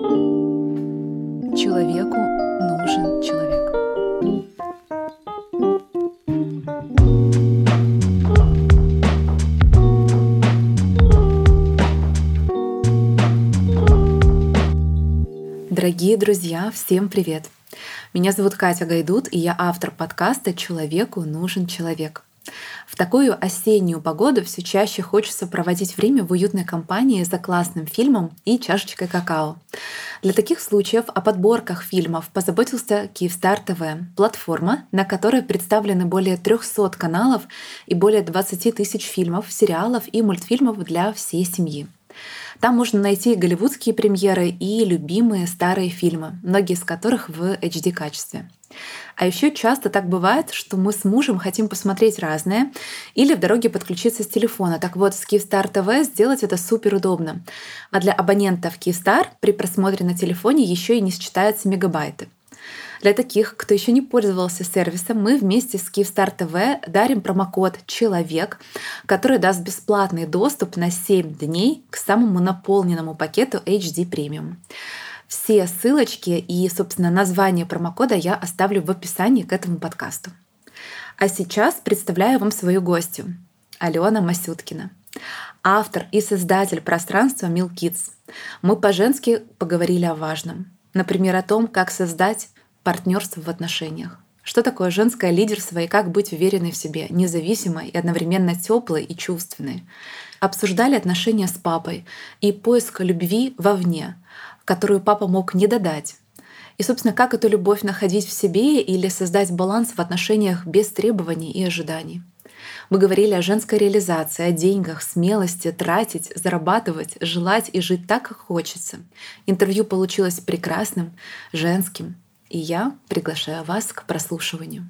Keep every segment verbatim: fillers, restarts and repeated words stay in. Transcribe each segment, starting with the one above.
Человеку нужен человек. Дорогие друзья, всем привет! Меня зовут Катя Гайдут, и я автор подкаста «Человеку нужен человек». В такую осеннюю погоду все чаще хочется проводить время в уютной компании за классным фильмом и чашечкой какао. Для таких случаев о подборках фильмов позаботился Kyivstar ти ви, платформа, на которой представлены более трехсот каналов и более двадцати тысяч фильмов, сериалов и мультфильмов для всей семьи. Там можно найти голливудские премьеры и любимые старые фильмы, многие из которых в эйч ди-качестве. А еще часто так бывает, что мы с мужем хотим посмотреть разное или в дороге подключиться с телефона. Так вот, с Kyivstar ти ви сделать это супер удобно. А для абонентов Kyivstar при просмотре на телефоне еще и не считаются мегабайты. Для таких, кто еще не пользовался сервисом, мы вместе с Kyivstar ти ви дарим промокод «Человек», который даст бесплатный доступ на семь дней к самому наполненному пакету эйч ди Premium. Все ссылочки и, собственно, название промокода я оставлю в описании к этому подкасту. А сейчас представляю вам свою гостью — Алена Масюткина, автор и создатель пространства Milk Kids. Мы по-женски поговорили о важном. Например, о том, как создать партнерство в отношениях. Что такое женское лидерство и как быть уверенной в себе, независимой и одновременно теплой и чувственной. Обсуждали отношения с папой и поиск любви вовне, которую папа мог не додать. И, собственно, как эту любовь находить в себе или создать баланс в отношениях без требований и ожиданий. Мы говорили о женской реализации, о деньгах, смелости тратить, зарабатывать, желать и жить так, как хочется. Интервью получилось прекрасным, женским. И я приглашаю вас к прослушиванию.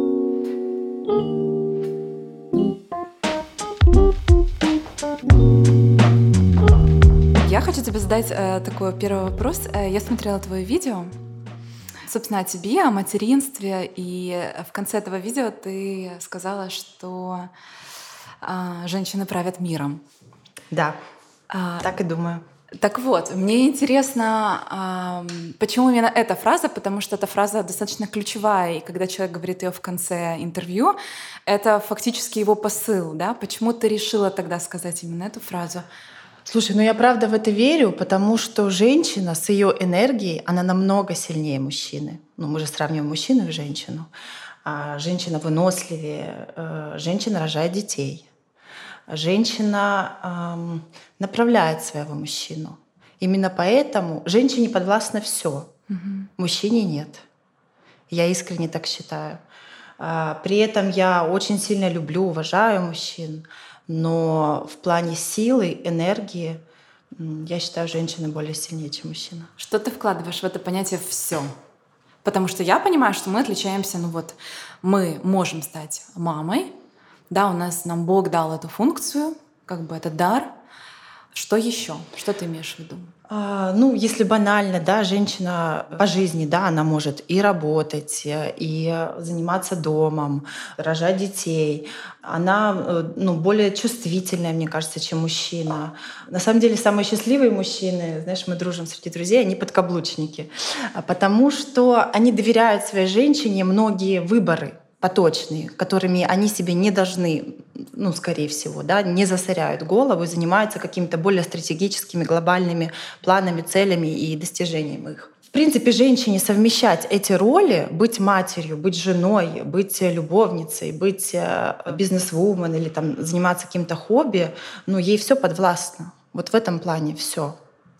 Я хочу тебе задать э, такой первый вопрос. Я смотрела твое видео, собственно, о тебе, о материнстве, и в конце этого видео ты сказала, что э, женщины правят миром. Да, а, так и думаю. Так вот, мне интересно, э, почему именно эта фраза, потому что эта фраза достаточно ключевая, и когда человек говорит ее в конце интервью, это фактически его посыл, да? Почему ты решила тогда сказать именно эту фразу? Слушай, ну я правда в это верю, потому что женщина с ее энергией, она намного сильнее мужчины. Ну мы же сравниваем мужчину и женщину. А женщина выносливее, женщина рожает детей. Женщина эм, направляет своего мужчину. Именно поэтому женщине подвластно все, угу. Мужчине нет. Я искренне так считаю. А, при этом я очень сильно люблю, уважаю мужчин. Но в плане силы, энергии, я считаю, женщина более сильнее, чем мужчина. Что ты вкладываешь в это понятие «все»? Потому что я понимаю, что мы отличаемся. Ну вот, мы можем стать мамой, да, у нас нам Бог дал эту функцию, как бы это дар. Что еще? Что ты имеешь в виду? А, ну, если банально, да, женщина по жизни, да, она может и работать, и заниматься домом, рожать детей. Она, ну, более чувствительная, мне кажется, чем мужчина. На самом деле, самые счастливые мужчины, знаешь, мы дружим среди друзей, они подкаблучники, потому что они доверяют своей женщине многие выборы поточные, которыми они себе не должны, ну, скорее всего, да, не засоряют голову и занимаются какими-то более стратегическими, глобальными планами, целями и достижением их. В принципе, женщине совмещать эти роли, быть матерью, быть женой, быть любовницей, быть бизнес-вумен или там, заниматься каким-то хобби, ну, ей все подвластно. Вот в этом плане все.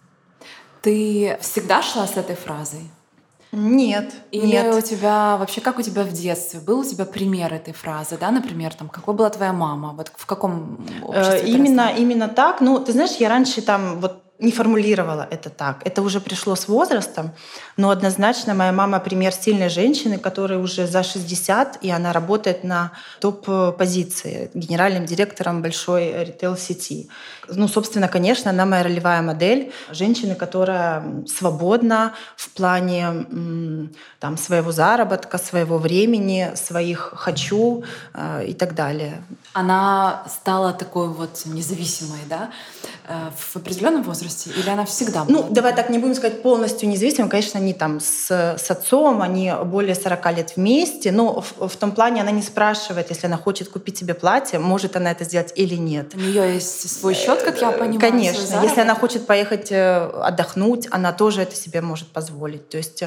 Ты всегда шла с этой фразой? Нет. Или нет. у тебя вообще, как у тебя в детстве? Был у тебя пример этой фразы, да, например, там, какой была твоя мама? Вот в каком обществе? Э, именно, именно так. Ну, ты знаешь, я раньше там вот не формулировала это так. Это уже пришло с возрастом. Но однозначно моя мама пример сильной женщины, которая уже за шестьдесят, и она работает на топ-позиции генеральным директором большой ритейл-сети. Ну, собственно, конечно, она моя ролевая модель. Женщины, которая свободна в плане там, своего заработка, своего времени, своих «хочу» и так далее. Она стала такой вот независимой, да, в определенном возрасте возрасте? Или она всегда была? Ну, давай так, не будем сказать полностью независимо. Конечно, они там с, с отцом, они более сорока лет вместе, но в, в том плане она не спрашивает, если она хочет купить себе платье, может она это сделать или нет. У нее есть свой счет, как я понимаю. Конечно, если она хочет поехать отдохнуть, она тоже это себе может позволить. То есть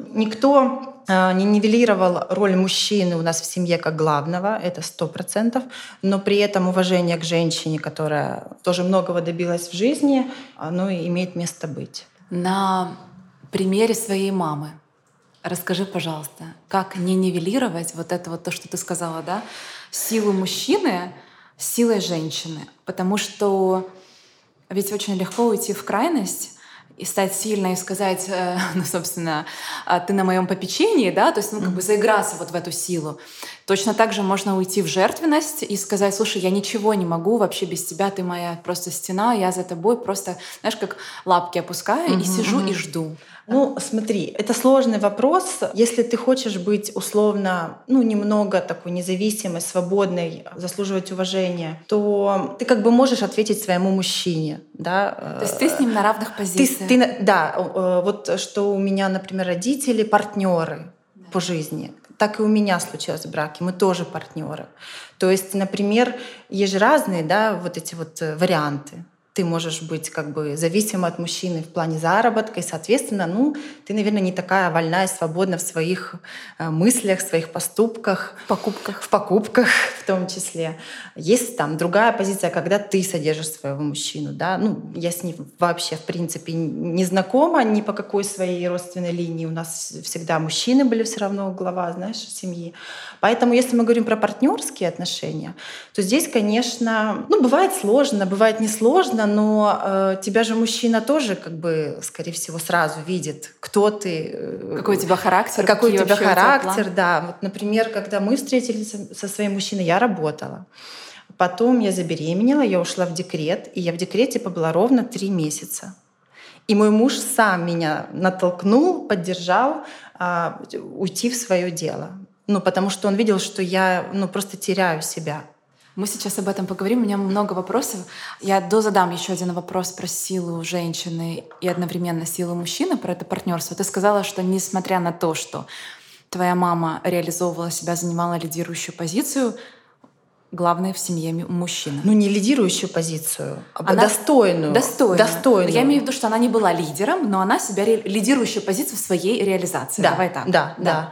никто не нивелировал роль мужчины у нас в семье как главного, это сто процентов, но при этом уважение к женщине, которая тоже многого добилась в жизни, оно имеет место быть. На примере своей мамы расскажи, пожалуйста, как не нивелировать вот это вот то, что ты сказала, да, силу мужчины силой женщины, потому что ведь очень легко уйти в крайность и стать сильной и сказать, ну, собственно, ты на моем попечении, да, то есть, ну, как бы заиграться вот в эту силу. Точно так же можно уйти в жертвенность и сказать, слушай, я ничего не могу вообще без тебя, ты моя просто стена, я за тобой просто, знаешь, как лапки опускаю mm-hmm. и сижу и жду. Ну, смотри, это сложный вопрос. Если ты хочешь быть условно, ну, немного такой независимой, свободной, заслуживать уважения, то ты как бы можешь ответить своему мужчине, да. То есть ты с ним на равных позициях. Ты, ты, да, вот что у меня, например, родители партнеры да. по жизни. Так и у меня случилось в браке. Мы тоже партнеры. То есть, например, есть же разные, да, вот эти вот варианты. Ты можешь быть как бы зависима от мужчины в плане заработка, и, соответственно, ну, ты, наверное, не такая вольная и свободна в своих мыслях, в своих поступках. В покупках. В покупках в том числе. Есть там другая позиция, когда ты содержишь своего мужчину. Да? Ну, я с ним вообще, в принципе, не знакома ни по какой своей родственной линии. У нас всегда мужчины были все равно глава, знаешь, семьи. Поэтому, если мы говорим про партнерские отношения, то здесь, конечно, ну, бывает сложно, бывает несложно, но э, тебя же мужчина тоже, как бы, скорее всего, сразу видит, кто ты. Э, какой у тебя характер. Какой у тебя характер, у тебя да. Вот, например, когда мы встретились со своим мужчиной, я работала. Потом я забеременела, я ушла в декрет, и я в декрете побыла ровно три месяца. И мой муж сам меня натолкнул, поддержал э, уйти в свое дело. Ну, потому что он видел, что я ну, просто теряю себя. Мы сейчас об этом поговорим. У меня много вопросов. Я дозадам еще один вопрос про силу женщины и одновременно силу мужчины, про это партнерство. Ты сказала, что несмотря на то, что твоя мама реализовывала себя, занимала лидирующую позицию, главное в семье мужчина. Ну, не лидирующую позицию, а она достойную. Достойную. достойную. Я имею в виду, что она не была лидером, но она себя ре... лидирующую позицию в своей реализации. Да, Давай так. Да, да. да.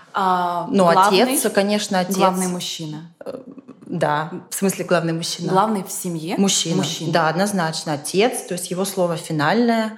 А, ну, главный, отец, конечно, отец. Главный мужчина. Да, в смысле главный мужчина. Главный в семье? Мужчина. Мужчина. Да, однозначно. Отец, то есть его слово финальное.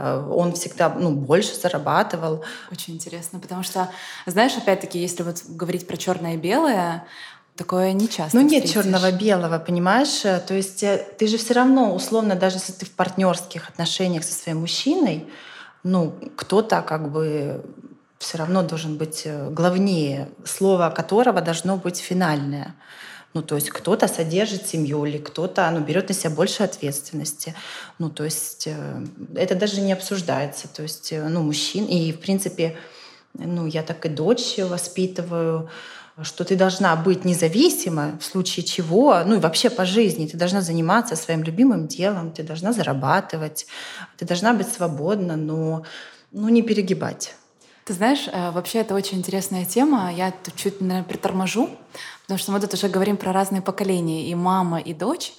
Он всегда ну, больше зарабатывал. Очень интересно, потому что, знаешь, опять-таки, если вот говорить про черное и белое, такое нечасто. Ну нет черного-белого, понимаешь? То есть ты же все равно, условно, даже если ты в партнерских отношениях со своим мужчиной, ну, кто-то как бы все равно должен быть главнее, слово которого должно быть финальное. Ну, то есть кто-то содержит семью, или кто-то ну, берет на себя больше ответственности. Ну, то есть это даже не обсуждается. То есть, ну, мужчин. И, в принципе, ну, я так и дочь воспитываю, что ты должна быть независима в случае чего, ну и вообще по жизни. Ты должна заниматься своим любимым делом, ты должна зарабатывать, ты должна быть свободна, но ну, не перегибать. Ты знаешь, вообще это очень интересная тема. Я тут чуть, наверное, приторможу, потому что мы тут уже говорим про разные поколения, и мама, и дочь.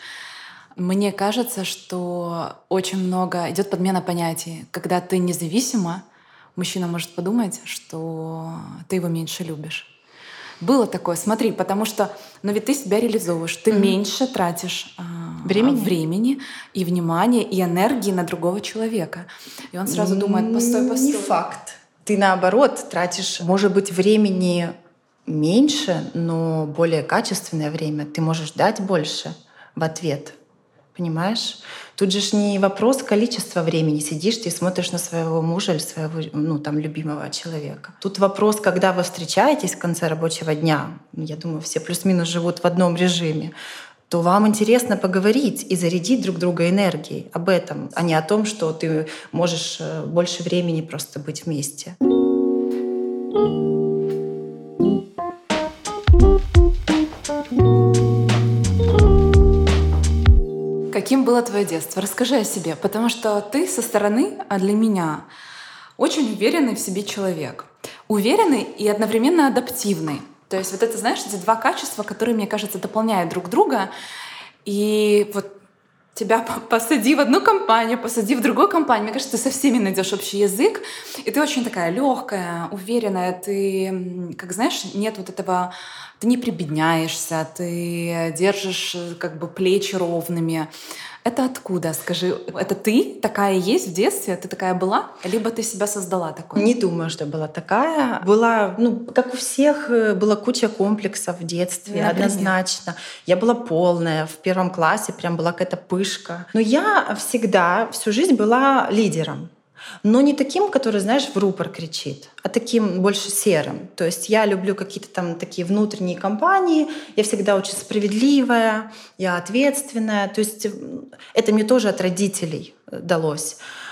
Мне кажется, что очень много идет подмена понятий. Когда ты независима, мужчина может подумать, что ты его меньше любишь. Было такое, смотри, потому что, ну ведь ты себя реализовываешь, ты mm-hmm. меньше тратишь э, времени. времени и внимания, и энергии на другого человека. И он сразу mm-hmm. думает, постой, постой. Не факт. Ты наоборот тратишь, может быть, времени меньше, но более качественное время. Ты можешь дать больше в ответ. Понимаешь? Тут же ж не вопрос количества времени. Сидишь ты и смотришь на своего мужа или своего ну, там, любимого человека. Тут вопрос, когда вы встречаетесь в конце рабочего дня, я думаю, все плюс-минус живут в одном режиме, то вам интересно поговорить и зарядить друг друга энергией об этом, а не о том, что ты можешь больше времени просто быть вместе. каким было твое детство. Расскажи о себе, потому что ты со стороны, а для меня, очень уверенный в себе человек. Уверенный и одновременно адаптивный. То есть вот это, знаешь, эти два качества, которые, мне кажется, дополняют друг друга. И вот тебя посади в одну компанию, посади в другую компанию. Мне кажется, ты со всеми найдешь общий язык. И ты очень такая легкая, уверенная. Ты, как знаешь, нет вот этого... Ты не прибедняешься, ты держишь как бы плечи ровными. Это откуда, скажи? Это ты такая есть в детстве? Ты такая была? Либо ты себя создала такой? Не думаю, что была такая. Была, ну, как у всех, была куча комплексов в детстве, Например? Однозначно. Я была полная. В первом классе прям была какая-то пышка. Но я всегда, всю жизнь была лидером. Но не таким, который, знаешь, в рупор кричит, а таким больше серым. То есть я люблю какие-то там такие внутренние компании, я всегда очень справедливая, я ответственная. То есть это мне тоже от родителей далось.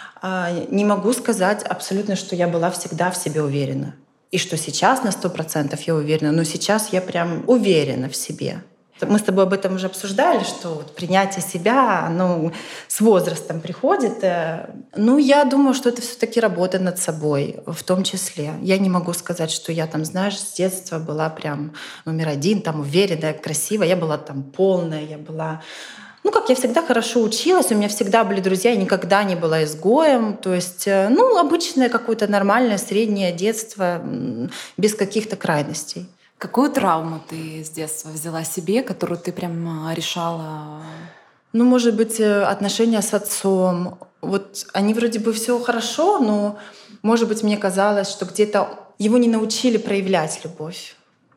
Не могу сказать абсолютно, что я была всегда в себе уверена. И что сейчас на сто процентов я уверена, но сейчас я прям уверена в себе. Мы с тобой об этом уже обсуждали, что вот принятие себя, оно с возрастом приходит. Ну, я думаю, что это все-таки работа над собой, в том числе. Я не могу сказать, что я там, знаешь, с детства была прям номер один, там уверенная, красивая. Я была там полная, я была... Ну, как я всегда хорошо училась, у меня всегда были друзья, я никогда не была изгоем. То есть, ну, обычное какое-то нормальное среднее детство, без каких-то крайностей. Какую травму ты с детства взяла себе, которую ты прям решала? Ну, может быть, отношения с отцом. Вот они вроде бы все хорошо, но, может быть, мне казалось, что где-то его не научили проявлять любовь.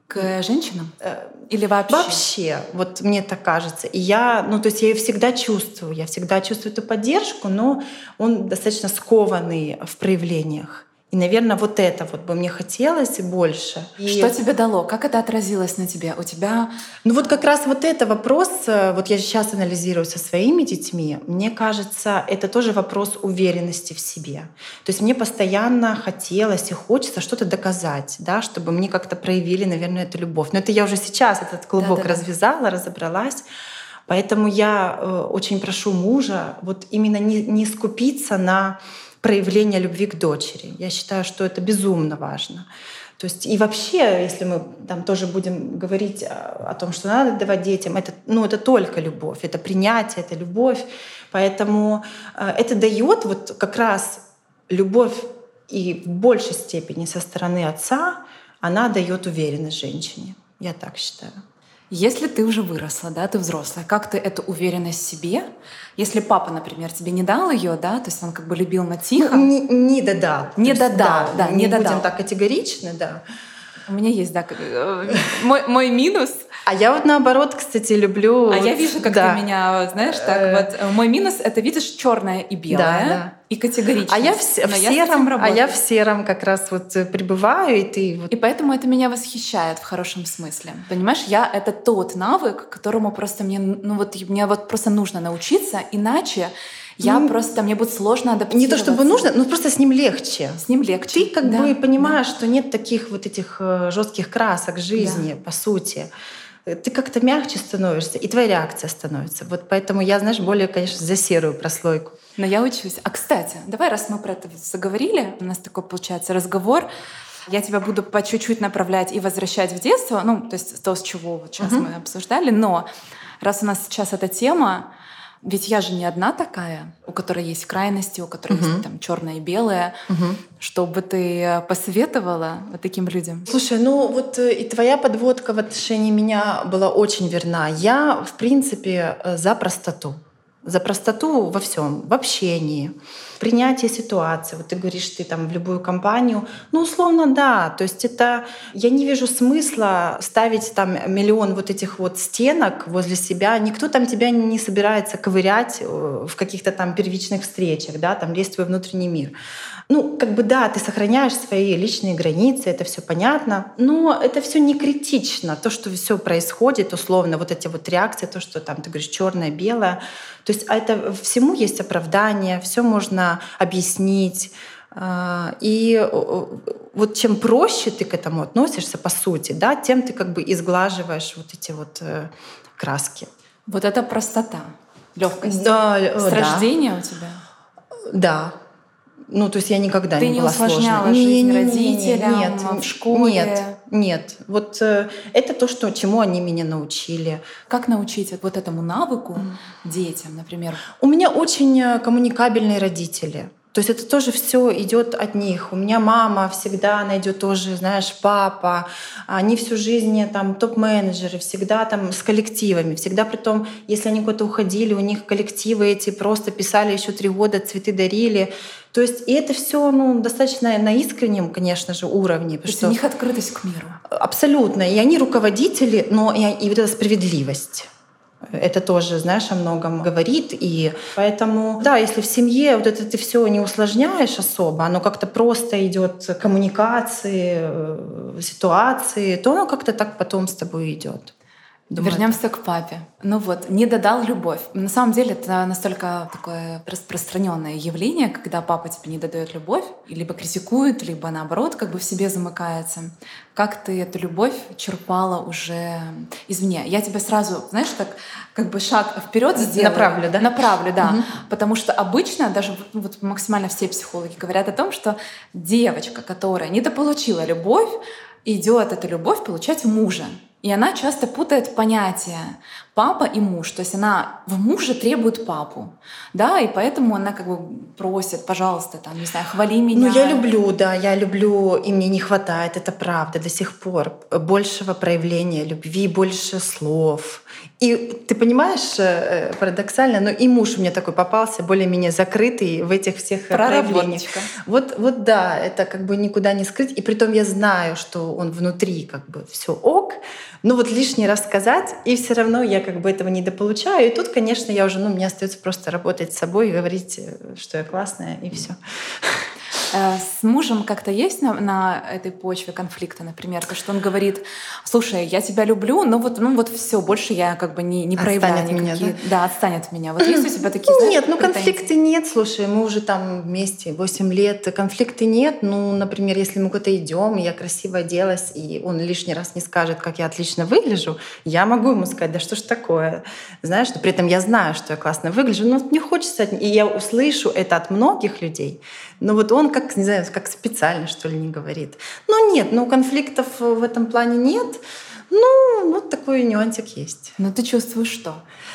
К женщинам? Или вообще? Вообще, вот мне так кажется. И я, ну, то есть я ее всегда чувствую, я всегда чувствую эту поддержку, но он достаточно скованный в проявлениях. И, наверное, вот это вот бы мне хотелось и больше. Что и... тебе дало? Как это отразилось на тебе? У тебя... Ну вот как раз вот это вопрос, вот я сейчас анализирую со своими детьми, мне кажется, это тоже вопрос уверенности в себе. То есть мне постоянно хотелось и хочется что-то доказать, да, чтобы мне как-то проявили, наверное, эту любовь. Но это я уже сейчас этот клубок Да-да-да. развязала, разобралась. Поэтому я э, очень прошу мужа вот именно не, не скупиться на проявление любви к дочери. Я считаю, что это безумно важно. То есть и вообще, если мы там тоже будем говорить о, о том, что надо давать детям, это, ну, это только любовь, это принятие, это любовь. Поэтому э, это дает вот как раз любовь и в большей степени со стороны отца, она дает уверенность женщине. Я так считаю. Если ты уже выросла, да, ты взрослая, как ты эту уверенность в себе, если папа, например, тебе не дал ее, да, то есть он как бы любил на тихо. Ну, не, не додал. Не додал, да, да, не не будем додал. так категорично, да. У меня есть, да, мой, мой минус. А я вот наоборот, кстати, люблю... А я вижу, как да. ты меня, знаешь, так вот. Мой минус — это, видишь, черное и белое, да, да. и категорично. А я в, в сером, а я в сером как раз вот пребываю, и ты... Вот... И поэтому это меня восхищает в хорошем смысле. Понимаешь, я — это тот навык, которому просто мне, ну вот, мне вот просто нужно научиться, иначе... Я ну, просто, мне будет сложно адаптироваться. Не то чтобы нужно, но просто с ним легче. С ним легче. Ты как да, бы понимаешь, да. что нет таких вот этих жестких красок жизни, да. по сути. Ты как-то мягче становишься, и твоя реакция становится. Вот поэтому я, знаешь, более, конечно, за серую прослойку. Но я учусь. А, кстати, давай, раз мы про это заговорили, у нас такой получается разговор, я тебя буду по чуть-чуть направлять и возвращать в детство, ну, то есть то, с чего вот сейчас uh-huh. мы обсуждали, но раз у нас сейчас эта тема, ведь я же не одна такая, у которой есть крайности, у которой uh-huh. есть там черное и белое. Uh-huh. Что бы ты посоветовала вот таким людям? Слушай, ну вот и твоя подводка в отношении меня была очень верна. Я, в принципе, за простоту. За простоту во всем, в общении, принятие ситуации. Вот ты говоришь, ты там в любую компанию. Ну, условно, да. То есть это... Я не вижу смысла ставить там миллион вот этих вот стенок возле себя. Никто там тебя не собирается ковырять в каких-то там первичных встречах, да, там лезть в твой внутренний мир. Ну, как бы да, ты сохраняешь свои личные границы, это все понятно, но это все не критично. То, что все происходит, условно, вот эти вот реакции, то, что там ты говоришь черное, белое. То есть это всему есть оправдание, все можно объяснить. И вот чем проще ты к этому относишься, по сути, да, тем ты как бы изглаживаешь вот эти вот краски. Вот это простота. Легкость. Да, С да. рождения у тебя? Да. Ну, то есть я никогда Ты не, не была усложняла сложной. жизнь Не, не, не, родителям нет, в школе? Нет, нет. Вот э, это то, что, чему они меня научили. Как научить вот этому навыку детям, например? У меня очень э, коммуникабельные родители. То есть это тоже все идет от них. У меня мама всегда найдет тоже, знаешь, папа. Они всю жизнь там топ-менеджеры, всегда там с коллективами. Всегда при том, если они куда-то уходили, у них коллективы эти просто писали еще три года, цветы дарили. То есть и это все ну, достаточно на искреннем, конечно же, уровне. То есть что... у них открытость к миру. Абсолютно. И они руководители, но и, и вот эта справедливость. Это тоже, знаешь, о многом говорит. И поэтому, да, если в семье вот это ты все не усложняешь особо, оно как-то просто идет коммуникации, ситуации, то оно как-то так потом с тобой идет. Вернемся к папе. Ну вот, не додал любовь. На самом деле это настолько такое распространенное явление, когда папа тебе не дает любовь, либо критикует, либо наоборот, как бы в себе замыкается. Как ты эту любовь черпала уже извне? Я тебе сразу, знаешь, так как бы шаг вперед сделаю. Направлю, да? Направлю, да. Угу. Потому что обычно даже вот максимально все психологи говорят о том, что девочка, которая недополучила любовь, идет эту любовь получать у мужа. И она часто путает понятия папа и муж. То есть она в муже требует папу. Да, и поэтому она как бы просит, пожалуйста, там, не знаю, хвали меня. Ну, я люблю, да, я люблю, и мне не хватает, это правда, до сих пор. Большего проявления любви, больше слов. И ты понимаешь, парадоксально, но и муж у меня такой попался, более-менее закрытый в этих всех проявлениях. Вот, вот да, это как бы никуда не скрыть. И притом я знаю, что он внутри как бы все ок, но вот лишний раз сказать, и все равно я как бы этого недополучаю. И тут, конечно, я уже, ну, мне остается просто работать с собой и говорить, что я классная, и все. С мужем как-то есть на, на этой почве конфликта, например, то, что он говорит: слушай, я тебя люблю, но вот, ну вот все, больше я как бы не, не проявляю отстанет никакие... меня, да? Да, отстанет от меня. Вот есть у тебя такие, знаешь, нет, ну претензии? Конфликты нет, слушай, мы уже там вместе восемь лет, конфликты нет. Ну, например, если мы куда-то идем, я красиво оделась, и он лишний раз не скажет, как я отлично выгляжу, я могу ему сказать: да что ж такое, знаешь, но при этом я знаю, что я классно выгляжу, но мне хочется, и я услышу это от многих людей, но вот он как, не знаю, как специально, что ли, не говорит. Ну нет, ну конфликтов в этом плане нет. Ну, вот такой нюансик есть. Но ты чувствуешь что?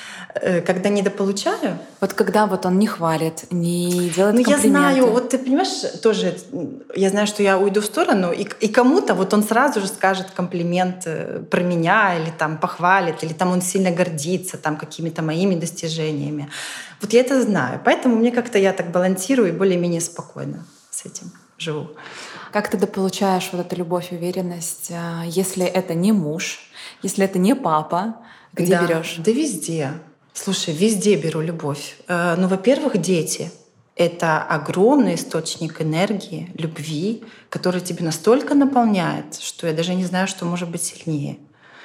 Когда недополучаю? Вот когда вот он не хвалит, не делает ну, комплименты. Я знаю, вот ты понимаешь, тоже, я знаю, что я уйду в сторону, и, и кому-то вот он сразу же скажет комплимент про меня, или там похвалит, или там он сильно гордится там какими-то моими достижениями. Вот я это знаю. Поэтому мне как-то я так балансирую и более-менее спокойно с этим живу. Как ты дополучаешь вот эту любовь, уверенность, если это не муж, если это не папа, где да, берешь? Да везде. Слушай, везде беру любовь. Ну, во-первых, дети — это огромный источник энергии, любви, который тебя настолько наполняет, что я даже не знаю, что может быть сильнее.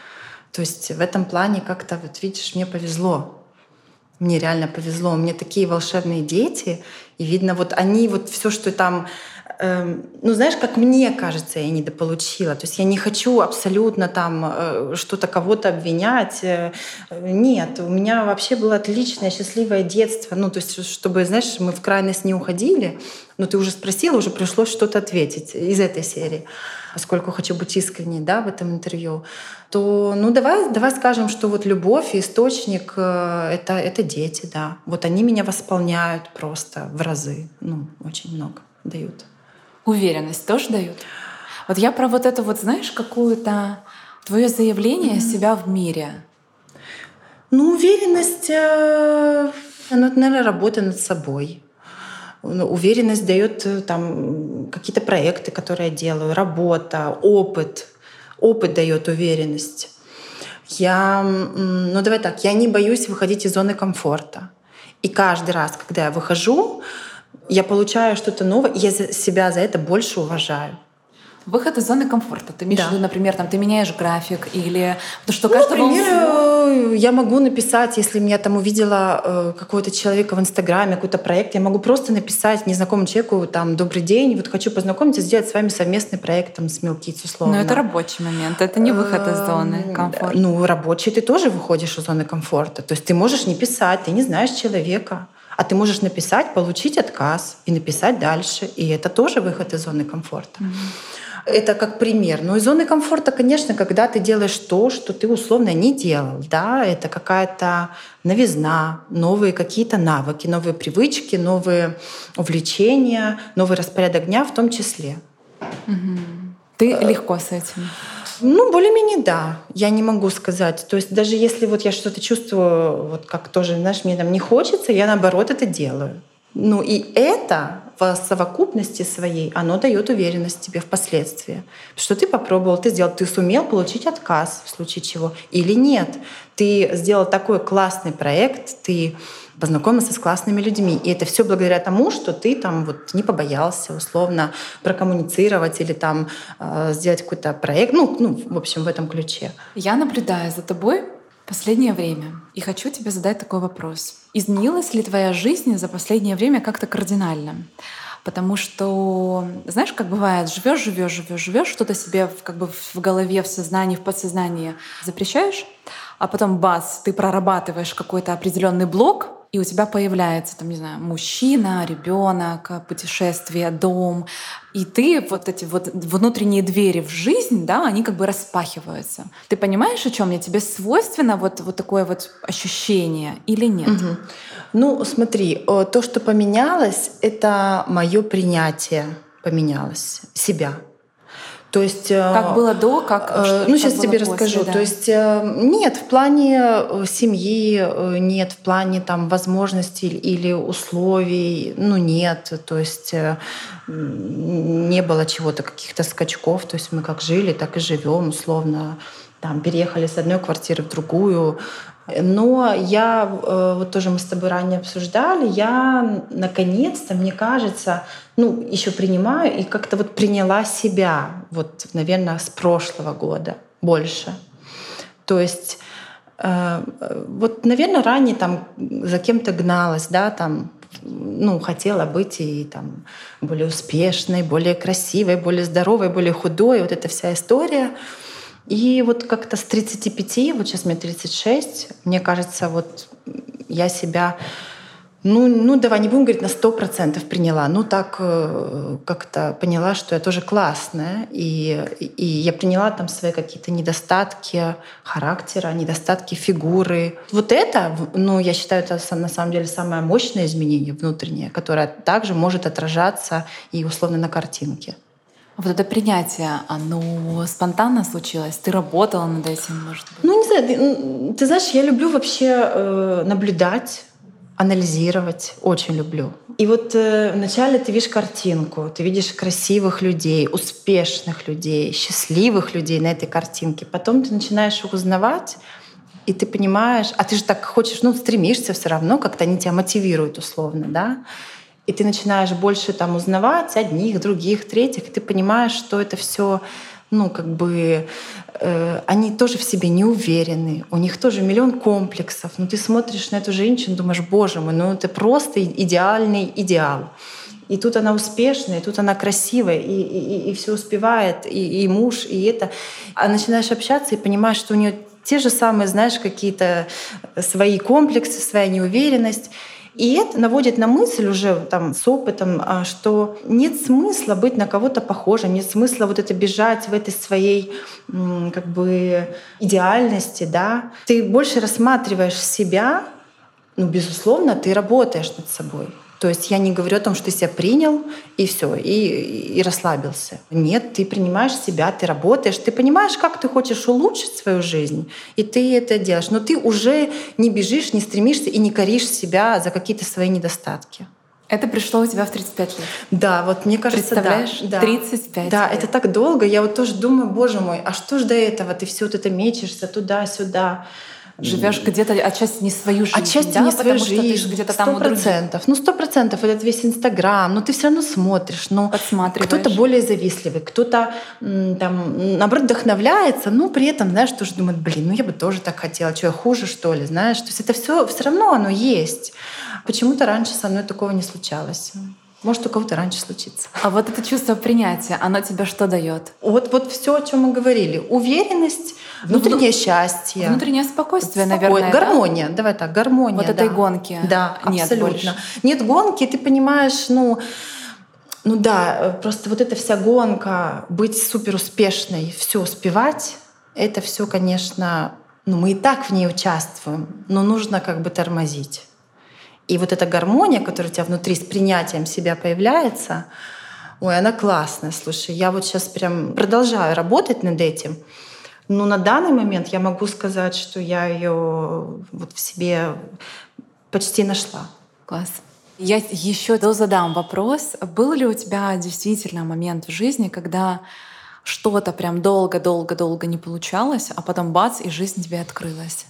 То есть в этом плане как-то, вот видишь, мне повезло. Мне реально повезло. У меня такие волшебные дети, и видно, вот они, вот все, что там, э, ну знаешь, как мне кажется, я недополучила. То есть я не хочу абсолютно там э, что-то кого-то обвинять. Э, нет, у меня вообще было отличное, счастливое детство. Ну то есть, чтобы, знаешь, мы в крайность не уходили. Но ты уже спросила, уже пришлось что-то ответить из этой серии. Поскольку хочу быть искренней, да, в этом интервью, то ну давай, давай скажем, что вот любовь и источник это, это дети, да. Вот они меня восполняют просто в разы. Ну, очень много дают. Уверенность тоже дают? Вот я про вот это вот, знаешь, какое-то твое заявление mm-hmm. себя в мире. Ну, уверенность, она, наверное, работа над собой. Уверенность дает там какие-то проекты, которые я делаю, работа, опыт. Опыт дает уверенность. Я, ну давай так, я не боюсь выходить из зоны комфорта. И каждый раз, когда я выхожу, я получаю что-то новое, и я себя за это больше уважаю. Выход из зоны комфорта. Ты имеешь да. в виду, например, там, ты меняешь график или... Потому что у ну, каждого... например, Ну, я могу написать, если меня там увидела э, какого-то человека в Инстаграме, какой-то проект, я могу просто написать незнакомому человеку там «Добрый день, вот хочу познакомиться, сделать с вами совместный проект там, с Milk Kids», условно. Но это рабочий момент, это не выход из зоны комфорта. Ну, рабочий ты тоже выходишь из зоны комфорта. То есть ты можешь не писать, ты не знаешь человека, а ты можешь написать, получить отказ и написать дальше. И это тоже выход из зоны комфорта. Mm-hmm. Это как пример. Но из зоны комфорта, конечно, когда ты делаешь то, что ты условно не делал. Да? Это какая-то новизна, новые какие-то навыки, новые привычки, новые увлечения, новый распорядок дня в том числе. Mm-hmm. Ты легко с этим? Ну, более-менее да. Я не могу сказать. То есть даже если вот я что-то чувствую, вот как тоже, знаешь, мне там не хочется, я наоборот это делаю. Ну и это в совокупности своей, оно дает уверенность тебе впоследствии. Что ты попробовал, ты сделал, ты сумел получить отказ в случае чего или нет. Ты сделал такой классный проект, ты познакомился с классными людьми. И это все благодаря тому, что ты там вот не побоялся условно прокоммуницировать или там э, сделать какой-то проект. Ну, ну, в общем, в этом ключе. Я наблюдаю за тобой последнее время и хочу тебе задать такой вопрос. Изменилась ли твоя жизнь за последнее время как-то кардинально? Потому что, знаешь, как бывает, живешь, живешь, живешь, живешь, что-то себе как бы в голове, в сознании, в подсознании запрещаешь, а потом бац, ты прорабатываешь какой-то определенный блок, и у тебя появляется, там, не знаю, мужчина, ребенок, путешествие, дом, и ты вот эти вот внутренние двери в жизнь, да, они как бы распахиваются. Ты понимаешь, о чем я? Тебе свойственно вот, вот такое вот ощущение или нет? Угу. Ну, смотри, то, что поменялось, это мое принятие поменялось себя. То есть, как было до, как э, ну сейчас тебе после, расскажу. Да. То есть нет, в плане семьи нет, в плане там возможностей или условий, ну нет. То есть не было чего-то, каких-то скачков. То есть мы как жили, так и живем, условно. Там переехали с одной квартиры в другую. Но я, вот тоже мы с тобой ранее обсуждали, я наконец-то, мне кажется, ну, еще принимаю и как-то вот приняла себя, вот, наверное, с прошлого года больше. То есть, э, вот, наверное, ранее там за кем-то гналась, да, там, ну, хотела быть и там более успешной, более красивой, более здоровой, более худой, вот эта вся история. И вот как-то с тридцати пяти, вот сейчас мне тридцать шесть, мне кажется, вот я себя, ну, ну давай не будем говорить на сто процентов приняла, ну так как-то поняла, что я тоже классная, и, и я приняла там свои какие-то недостатки характера, недостатки фигуры. Вот это, ну, я считаю, это на самом деле самое мощное изменение внутреннее, которое также может отражаться и условно на картинке. Вот это принятие, оно спонтанно случилось? Ты работала над этим, может быть? Ну, не знаю, ты, ты знаешь, я люблю вообще э, наблюдать, анализировать, очень люблю. И вот э, вначале ты видишь картинку, ты видишь красивых людей, успешных людей, счастливых людей на этой картинке. Потом ты начинаешь их узнавать, и ты понимаешь, а ты же так хочешь, ну, стремишься все равно, как-то они тебя мотивируют условно, да? И ты начинаешь больше там узнавать одних, других, третьих, и ты понимаешь, что это все, ну, как бы, э, они тоже в себе не уверены, у них тоже миллион комплексов. Но ты смотришь на эту женщину, думаешь, боже мой, ну это просто идеальный идеал. И тут она успешная, и тут она красивая, и, и, и все успевает, и, и муж, и это. А начинаешь общаться и понимаешь, что у нее те же самые, знаешь, какие-то свои комплексы, своя неуверенность. И это наводит на мысль уже там, с опытом, что нет смысла быть на кого-то похожим, нет смысла вот это бежать в этой своей как бы идеальности. Да? Ты больше рассматриваешь себя, ну, безусловно, ты работаешь над собой. То есть я не говорю о том, что ты себя принял и все, и, и расслабился. Нет, ты принимаешь себя, ты работаешь, ты понимаешь, как ты хочешь улучшить свою жизнь, и ты это делаешь. Но ты уже не бежишь, не стремишься и не коришь себя за какие-то свои недостатки. Это пришло у тебя в тридцать пять лет? Да, вот мне кажется, представляешь, да. тридцать пять Да, лет. это так долго. Я вот тоже думаю, боже мой, а что ж до этого? Ты все вот это мечешься туда-сюда. живешь где-то отчасти не свою жизнь, отчасти да? не свою Потому что ты жизнь, же где-то сто там у других процентов. Ну, сто процентов этот весь Инстаграм, но ты все равно смотришь. Но подсматриваешь. кто-то более завистливый, кто-то м, там, наоборот, вдохновляется, но при этом, знаешь, тоже думает, блин, ну я бы тоже так хотела, что я хуже, что ли, знаешь? То есть это все все равно оно есть. Почему-то раньше со мной такого не случалось. Может, у кого-то раньше случится. А вот это чувство принятия, оно тебе что дает? Вот, вот все, о чем мы говорили. Уверенность, внутреннее счастье. Внутреннее спокойствие, Споко- наверное, да? Гармония, давай так, гармония. Вот да. этой гонки Да, нет абсолютно. больше. Нет гонки, ты понимаешь, ну, ну да, просто вот эта вся гонка, быть супер успешной, все успевать, это все, конечно, ну, мы и так в ней участвуем, но нужно как бы тормозить. И вот эта гармония, которая у тебя внутри с принятием себя появляется, ой, она классная. Слушай, я вот сейчас прям продолжаю работать над этим. Но на данный момент я могу сказать, что я ее вот в себе почти нашла. Класс. Я еще задам вопрос. Был ли у тебя действительно момент в жизни, когда что-то прям долго-долго-долго не получалось, а потом бац, и жизнь тебе открылась?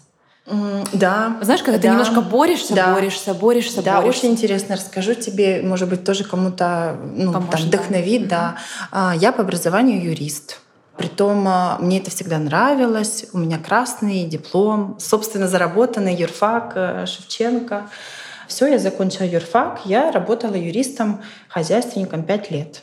Да. Знаешь, когда да, ты немножко борешься, да. борешься, борешься, да, борешься. очень интересно. Расскажу тебе, может быть, тоже кому-то ну, там, Поможет, вдохновит. да. Да. Я по образованию юрист. Притом мне это всегда нравилось. У меня красный диплом, собственно, заработанный юрфак Шевченко. Все, я закончила юрфак. Я работала юристом, хозяйственником пять лет.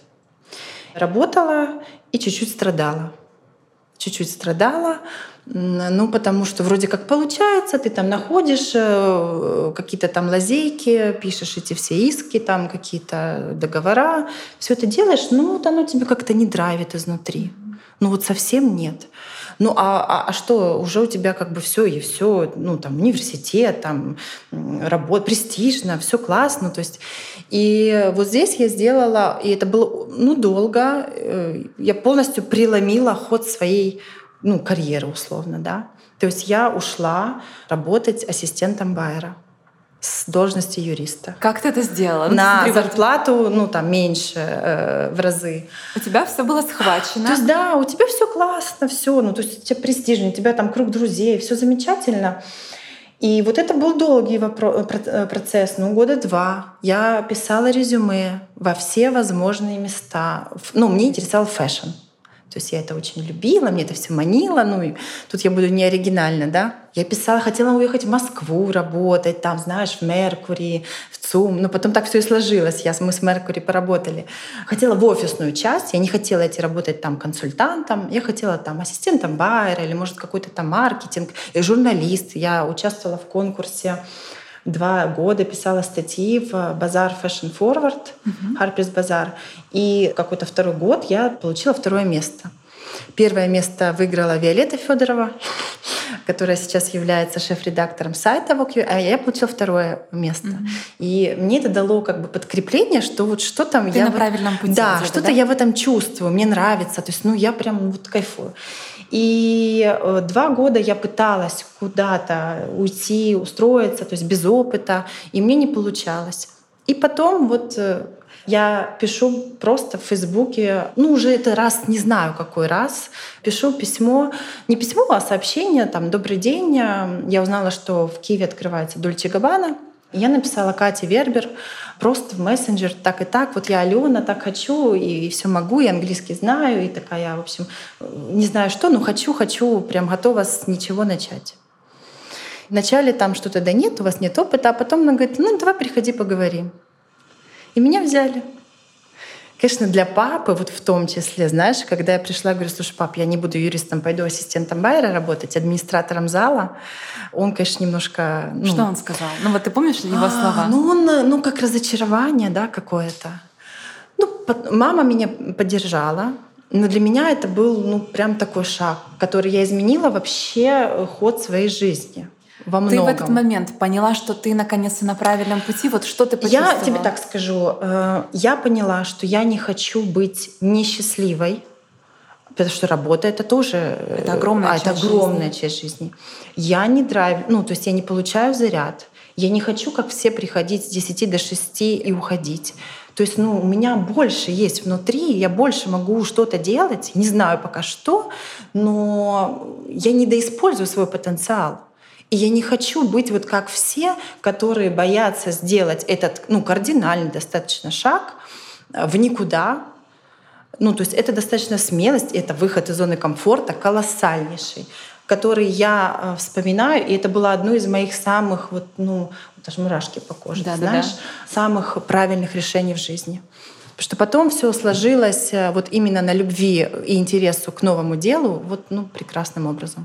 Работала и чуть-чуть страдала. Чуть-чуть страдала, ну, потому что вроде как получается, ты там находишь какие-то там лазейки, пишешь эти все иски, там какие-то договора, все это делаешь, ну, вот оно тебе как-то не драйвит изнутри. Ну, вот совсем нет. Ну, а, а, а что, уже у тебя как бы все и все, ну, там, университет, там, работа, престижно, все классно, то есть. И вот здесь я сделала, и это было, ну, долго, я полностью преломила ход своей, ну, карьеры, условно, да. То есть я ушла работать ассистентом байера с должности юриста. Как ты это сделала? Ну, на смотри, зарплату, ну, там, меньше э, в разы. У тебя все было схвачено. То есть, да, у тебя все классно, все, ну, то есть у тебя престижно, у тебя там круг друзей, все замечательно. И вот это был долгий вопро- процесс, ну, года два. Я писала резюме во все возможные места. Ну, мне интересовал фэшн. То есть я это очень любила, мне это все манило. Ну, и тут я буду не оригинальна, да. Я писала, хотела уехать в Москву работать, там, знаешь, в Меркури, в ЦУМ. Но потом так все и сложилось. Я, мы с Меркури поработали. Хотела в офисную часть. Я не хотела идти работать там консультантом. Я хотела там ассистентом байера или, может, какой-то там маркетинг. И журналист. Я участвовала в конкурсе. Два года писала статьи в базар Fashion Forward, uh-huh. Harper's Bazaar. И какой-то второй год я получила второе место. Первое место выиграла Виолетта Федорова, которая сейчас является шеф-редактором сайта Vogue, а я получила второе место. Uh-huh. И мне это дало как бы подкрепление, что вот что там Ты я... на правильном пути. Да, что-то да? я в этом чувствую, мне нравится. То есть, ну, я прям вот кайфую. И два года я пыталась куда-то уйти, устроиться, то есть без опыта, и мне не получалось. И потом вот я пишу просто в Фейсбуке, ну уже это раз, не знаю какой раз, пишу письмо, не письмо, а сообщение, там, «Добрый день, я узнала, что в Киеве открывается Дольче Габбана». Я написала Кате Вербер просто в мессенджер, так и так, вот я Алена, так хочу, и, и все могу, и английский знаю, и такая, в общем, не знаю что, но хочу, хочу, прям готова с ничего начать. Вначале там что-то, да нет, у вас нет опыта, а потом она говорит, ну давай приходи поговорим. И меня взяли. Конечно, для папы, вот в том числе, знаешь, когда я пришла, говорю, слушай, пап, я не буду юристом, пойду ассистентом байера работать, администратором зала. Он, конечно, немножко... Ну, что он сказал? Ну вот ты помнишь его а, слова? Ну, он, ну, как разочарование, да, какое-то. Ну, мама меня поддержала, но для меня это был, ну, прям такой шаг, который я изменила вообще ход своей жизни. Во многом. Ты в этот момент поняла, что ты наконец-то на правильном пути? Вот что ты почувствовала? Я тебе так скажу. Я поняла, что я не хочу быть несчастливой, потому что работа — это тоже это огромная, а, часть, это огромная жизни. часть жизни. Я не драйв, ну, то есть я не получаю заряд. Я не хочу, как все, приходить с десяти до шести и уходить. То есть, ну, у меня больше есть внутри, я больше могу что-то делать, не знаю пока что, но я недоиспользую свой потенциал. И я не хочу быть вот как все, которые боятся сделать этот, ну, кардинальный достаточно шаг в никуда. Ну, то есть это достаточно смелость, это выход из зоны комфорта колоссальнейший, который я вспоминаю, и это было одно из моих самых, вот, ну, даже мурашки по коже, да, знаешь, да, да. самых правильных решений в жизни. Потому что потом все сложилось вот именно на любви и интересу к новому делу вот, ну, прекрасным образом.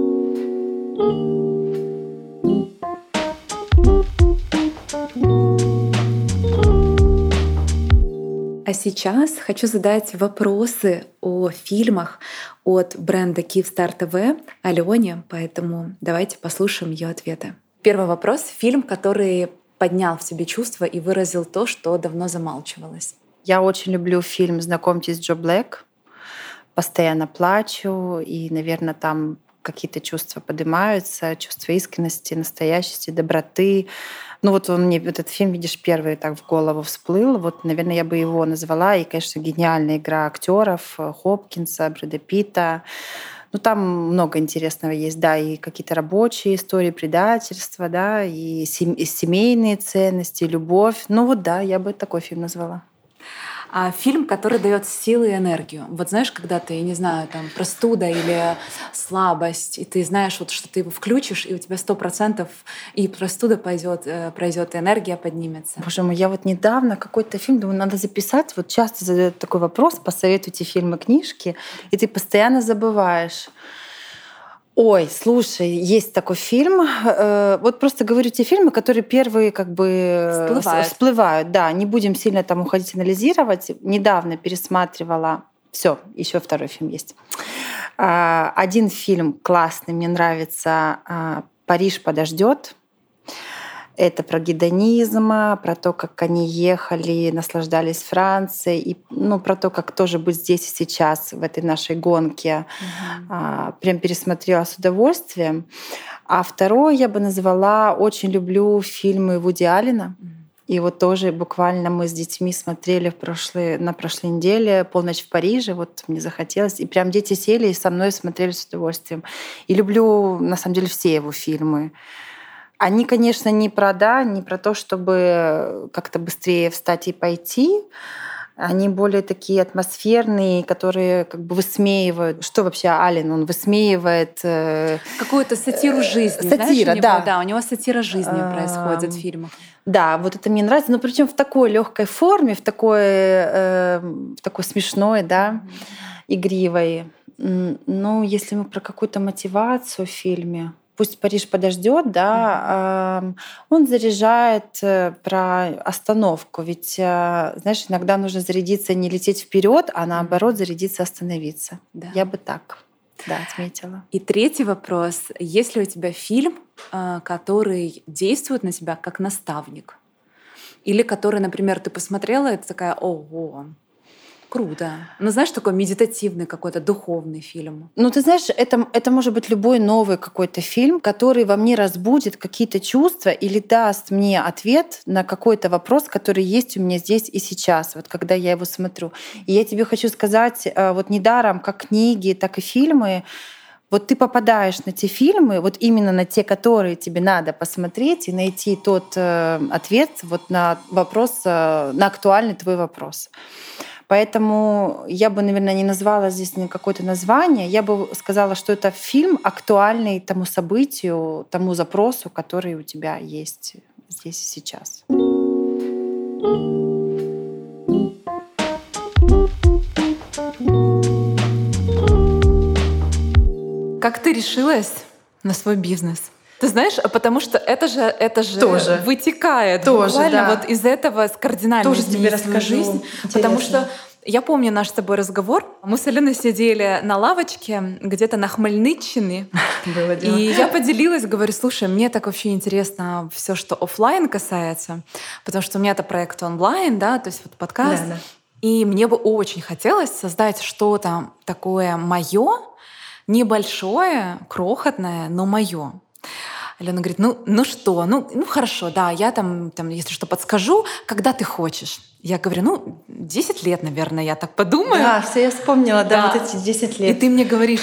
А сейчас хочу задать вопросы о фильмах от бренда Kyivstar ти ви Алене, поэтому давайте послушаем ее ответы. Первый вопрос. Фильм, который поднял в себе чувства и выразил то, что давно замалчивалось. Я очень люблю фильм «Знакомьтесь, Джо Блэк». Постоянно плачу, и, наверное, там какие-то чувства поднимаются, чувство искренности, настоящести, доброты. Ну вот он мне, этот фильм, видишь, первый так в голову всплыл. Вот, наверное, я бы его назвала. И, конечно, гениальная игра актеров Хопкинса, Брэда Питта. Ну, там много интересного есть, да, и какие-то рабочие истории, предательства, да, и семейные ценности, любовь. Ну вот да, я бы такой фильм назвала. А фильм, который дает силы и энергию. Вот знаешь, когда ты, я не знаю, там простуда или слабость, и ты знаешь, вот, что ты его включишь, и у тебя сто процентов и простуда пойдет, пройдет, и энергия поднимется. Боже мой, я вот недавно какой-то фильм, думаю, надо записать. Вот часто задают такой вопрос, посоветуйте фильмы, книжки, и ты постоянно забываешь. Ой, слушай, есть такой фильм. Вот просто говорю те фильмы, которые первые как бы всплывают. всплывают. Да, не будем сильно там уходить анализировать. Недавно пересматривала. Все, еще второй фильм есть. Один фильм классный, мне нравится. «Париж подождет». Это про гедонизм, про то, как они ехали, наслаждались Францией, и ну, про то, как тоже быть здесь и сейчас, в этой нашей гонке. Mm-hmm. А, прям пересмотрела с удовольствием. А второе я бы назвала, очень люблю фильмы Вуди Аллена. Mm-hmm. И вот тоже буквально мы с детьми смотрели в прошлые, на прошлой неделе «Полночь в Париже». Вот мне захотелось. И прям дети сели и со мной смотрели с удовольствием. И люблю, на самом деле, все его фильмы. Они, конечно, не про, да, не про то, чтобы как-то быстрее встать и пойти. Они более такие атмосферные, которые как бы высмеивают. Что вообще Аллен? Он высмеивает... Э, Какую-то сатиру жизни. Сатира, знаешь, у него, да. Да, у него сатира жизни происходит в фильмах. Да, вот это мне нравится. Но причем в такой легкой форме, в такой, э, в такой смешной, да, игривой. Ну, если мы про какую-то мотивацию в фильме... «Пусть Париж подождет», да, mm-hmm. он заряжает про остановку. Ведь, знаешь, иногда нужно зарядиться, не лететь вперед, а наоборот зарядиться, остановиться. Да. Я бы так, да, отметила. И третий вопрос. Есть ли у тебя фильм, который действует на тебя как наставник? Или который, например, ты посмотрела, и ты такая: ого, круто. Ну, знаешь, такой медитативный какой-то духовный фильм. Ну, ты знаешь, это, это может быть любой новый какой-то фильм, который во мне разбудит какие-то чувства или даст мне ответ на какой-то вопрос, который есть у меня здесь и сейчас, вот когда я его смотрю. И я тебе хочу сказать, вот недаром как книги, так и фильмы, вот ты попадаешь на те фильмы, вот именно на те, которые тебе надо посмотреть и найти тот э, ответ вот на вопрос, э, на актуальный твой вопрос. Поэтому я бы, наверное, не назвала здесь какое-то название. Я бы сказала, что это фильм, актуальный тому событию, тому запросу, который у тебя есть здесь и сейчас. Как ты решилась на свой бизнес? Ты знаешь, потому что это же, это же Тоже. вытекает Тоже, буквально да. вот из этого кардинально Тоже тебе изменить свою расскажу. жизнь. Интересно. Потому что я помню наш с тобой разговор. Мы с Аленой сидели на лавочке где-то на Хмельниччине. Было дело. И я поделилась, говорю: слушай, мне так вообще интересно все, что офлайн касается, потому что у меня это проект онлайн, да, то есть вот подкаст. Да, да. И мне бы очень хотелось создать что-то такое мое, небольшое, крохотное, но мое. Алена говорит: ну, ну что, ну, ну хорошо, да, я там, там, если что, подскажу, когда ты хочешь. Я говорю: ну, десять лет, наверное, я так подумаю. Да, все я вспомнила, да, Да. вот эти десять лет. И ты мне говоришь: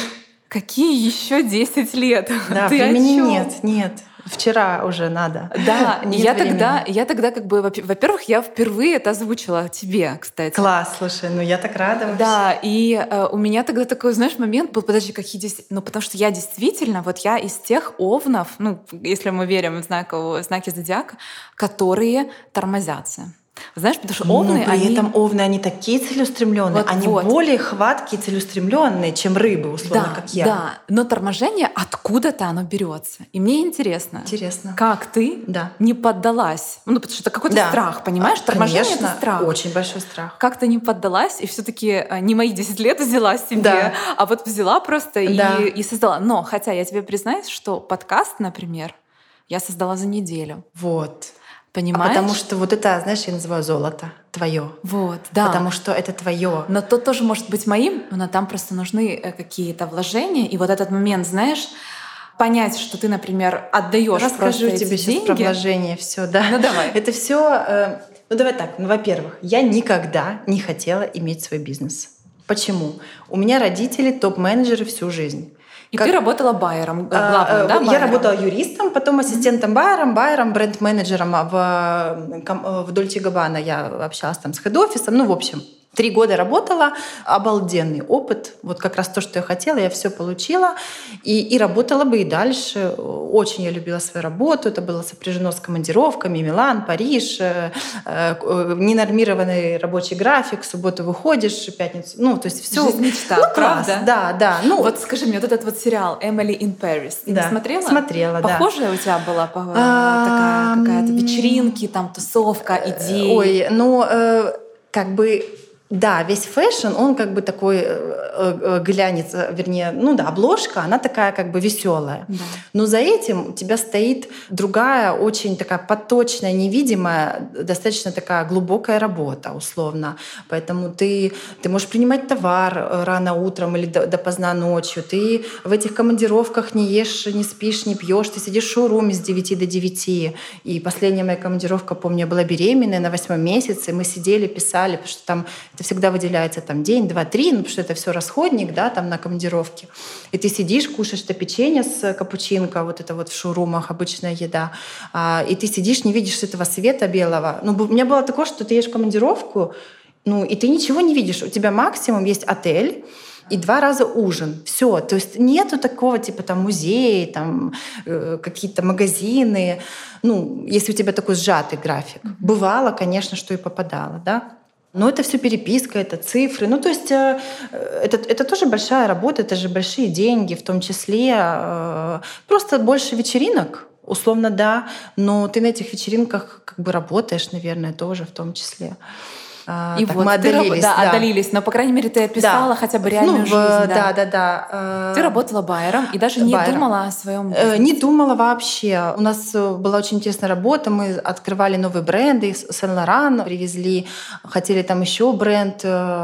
Какие еще десять лет? Да, Ты времени нет, нет. Вчера уже надо. Да, я тогда, я тогда как бы, во-первых, я впервые это озвучила тебе, кстати. Класс, слушай, ну я так рада вообще. Да, и э, у меня тогда такой, знаешь, момент был, подожди, какие десять... Ну, потому что я действительно, вот я из тех овнов, ну, если мы верим в знак, в знаки зодиака, которые тормозятся. Знаешь, потому что овны, но при они... этом овны, они такие целеустремленные, Вот, они вот. более хваткие, целеустремленные, чем рыбы, условно, Да, как я. да, но торможение откуда-то оно берется. И мне интересно, Интересно. как ты Да. не поддалась? Ну, потому что это какой-то Да. страх, понимаешь? А, Торможение — конечно, это страх. очень большой страх. Как ты не поддалась, и все-таки не мои десять лет взяла себе, Да. а вот взяла просто Да. и, и создала. Но, хотя я тебе признаюсь, что подкаст, например, я создала за неделю. Вот. Понимаешь? А потому что вот это, знаешь, я называю золото твое. Вот, да. Потому что это твое. Но то тоже может быть моим, но там просто нужны э, какие-то вложения. И вот этот момент, знаешь, понять, что ты, например, отдаешь просто Расскажу эти тебе сейчас деньги. про вложение, все, да. Ну давай. Это все. Ну давай так. Ну, во-первых, я никогда не хотела иметь свой бизнес. Почему? У меня родители топ-менеджеры всю жизнь. И Как... ты работала байером, главным, а, да, Я байером? работала юристом, потом ассистентом байером, байером, бренд-менеджером в, в Дольче Габбана. Я общалась там с хед-офисом. Ну, в общем, три года работала, обалденный опыт. Вот как раз то, что я хотела, я все получила. И, и работала бы и дальше. Очень я любила свою работу. Это было сопряжено с командировками. Милан, Париж, э, э, ненормированный рабочий график. В субботу выходишь, в пятницу. Ну, то есть все. Жизнь мечта, ну, правда? Класс, да, да. Ну, вот скажи мне, вот этот вот сериал «Emily in Paris», ты да, не смотрела? Смотрела, Похожая да. у тебя была такая какая-то вечеринки, там тусовка, идеи? Ой, ну, э, как бы... Да, весь фэшн, он как бы такой э, э, глянец, вернее, ну да, обложка, она такая как бы веселая. Да. Но за этим у тебя стоит другая, очень такая поточная, невидимая, достаточно такая глубокая работа, условно. Поэтому ты, ты можешь принимать товар рано утром или допоздна ночью. Ты в этих командировках не ешь, не спишь, не пьешь. Ты сидишь в шоуруме с девяти до девяти. И последняя моя командировка, помню, я была беременная на восьмом месяце. И мы сидели, писали, потому что там это всегда выделяется там день, два, три, ну, потому что это все расходник, да, там на командировке. И ты сидишь, кушаешь это печенье с капучинко, вот это вот в шоурумах обычная еда, а, и ты сидишь, не видишь этого света белого. Ну, у меня было такое, что ты едешь в командировку, ну, и ты ничего не видишь. У тебя максимум есть отель, и два раза ужин. Все. То есть нету такого типа там музеи, там э, какие-то магазины. Ну, если у тебя такой сжатый график. Mm-hmm. Бывало, конечно, что и попадало, да. Но это все переписка, это цифры. Ну, то есть э, это, это тоже большая работа, это же большие деньги, в том числе э, просто больше вечеринок, условно, да, но ты на этих вечеринках как бы работаешь, наверное, тоже в том числе. И так, вот мы отдалились. Да, да, отдалились, но, по крайней мере, ты описала да. хотя бы реальную ну, жизнь. Да, да, да, да. Ты работала байером и даже не байером. думала о своем бизнесе. Не думала вообще. У нас была очень интересная работа. Мы открывали новые бренды. Сен-Лоран привезли. Хотели там еще бренд.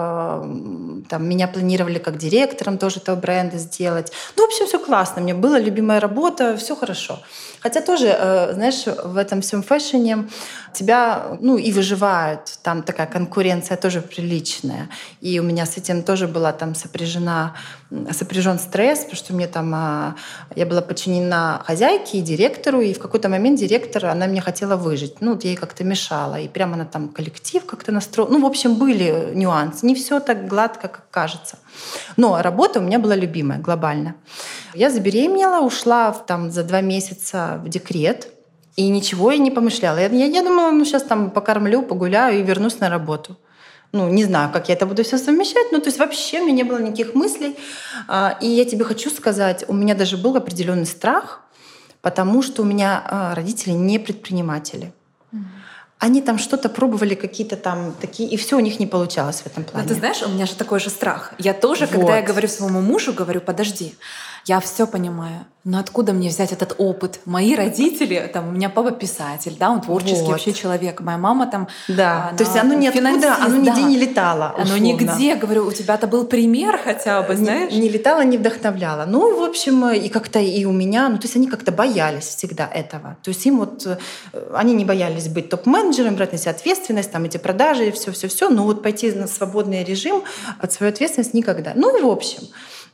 Там, меня планировали как директором тоже этого бренда сделать. Ну, в общем, все классно. Мне была любимая работа, все хорошо. Хотя тоже, знаешь, в этом всем фэшне тебя, ну, и выживают. Там такая конкуренция тоже приличная. И у меня с этим тоже была там сопряжена, сопряжен стресс, потому что мне там, я была подчинена хозяйке и директору, и в какой-то момент директор, она мне хотела выжить. Ну, вот я ей как-то мешала. И прямо она там коллектив как-то настроила. Ну, в общем, были нюансы. Не все так гладко, как кажется. Но работа у меня была любимая, глобально. Я забеременела, ушла там за два месяца в декрет, и ничего я не помышляла. Я, я, я думала, ну сейчас там покормлю, погуляю и вернусь на работу. Ну, не знаю, как я это буду все совмещать. Ну, то есть вообще у меня не было никаких мыслей. И я тебе хочу сказать, у меня даже был определенный страх, потому что у меня родители не предприниматели. Они там что-то пробовали, какие-то там такие, и все у них не получалось в этом плане. Но ты знаешь, у меня же такой же страх. Я тоже, вот. Когда я говорю своему мужу, говорю, подожди, я все понимаю, но откуда мне взять этот опыт? Мои родители, там, у меня папа писатель, да, он творческий вот. вообще человек, моя мама там... Да, то есть оно ниоткуда, оно нигде да. не летало, условно. Оно нигде, говорю, у тебя-то был пример хотя бы, знаешь? Не, не летало, не вдохновляло. Ну, в общем, и как-то и у меня, ну, то есть они как-то боялись всегда этого. То есть им вот, они не боялись быть топ-менеджером, брать на себя ответственность, там, эти продажи, все-все-все, но вот пойти на свободный режим под свою ответственность никогда. Ну и в общем...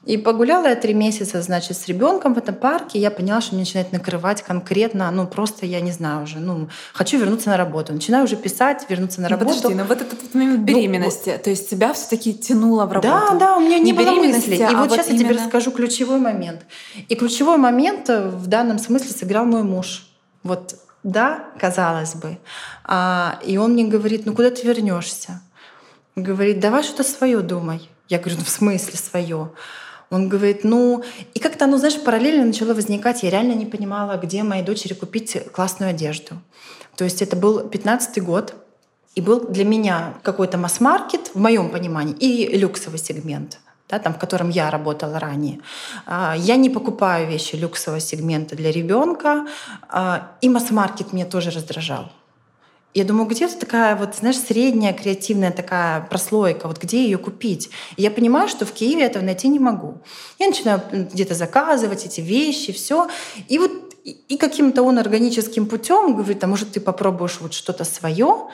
И погуляла я три месяца, значит, с ребенком в этом парке. И я поняла, что меня начинает накрывать конкретно. Ну, просто я не знаю уже. Ну, хочу вернуться на работу. Начинаю уже писать, вернуться на Ну, работу. подожди, но вот этот вот момент беременности, ну, то есть тебя все-таки тянуло в работу? Да, да, у меня не, не было мысли. И а вот вот сейчас именно... я тебе расскажу ключевой момент. И ключевой момент в данном смысле сыграл мой муж. Вот, да, казалось бы. А, и он мне говорит: ну куда ты вернешься? Говорит: давай что-то свое думай. Я говорю: ну в смысле свое? Он говорит: ну... И как-то, ну, знаешь, параллельно начало возникать. Я реально не понимала, где моей дочери купить классную одежду. То есть это был пятнадцатый год, и был для меня какой-то масс-маркет, в моем понимании, и люксовый сегмент, да, там, в котором я работала ранее. Я не покупаю вещи люксового сегмента для ребенка, и масс-маркет меня тоже раздражал. Я думаю, где-то такая вот, знаешь, средняя креативная такая прослойка, вот где ее купить? И я понимаю, что в Киеве этого найти не могу. Я начинаю где-то заказывать эти вещи, все. И вот и каким-то он органическим путем говорит: а может, ты попробуешь вот что-то свое?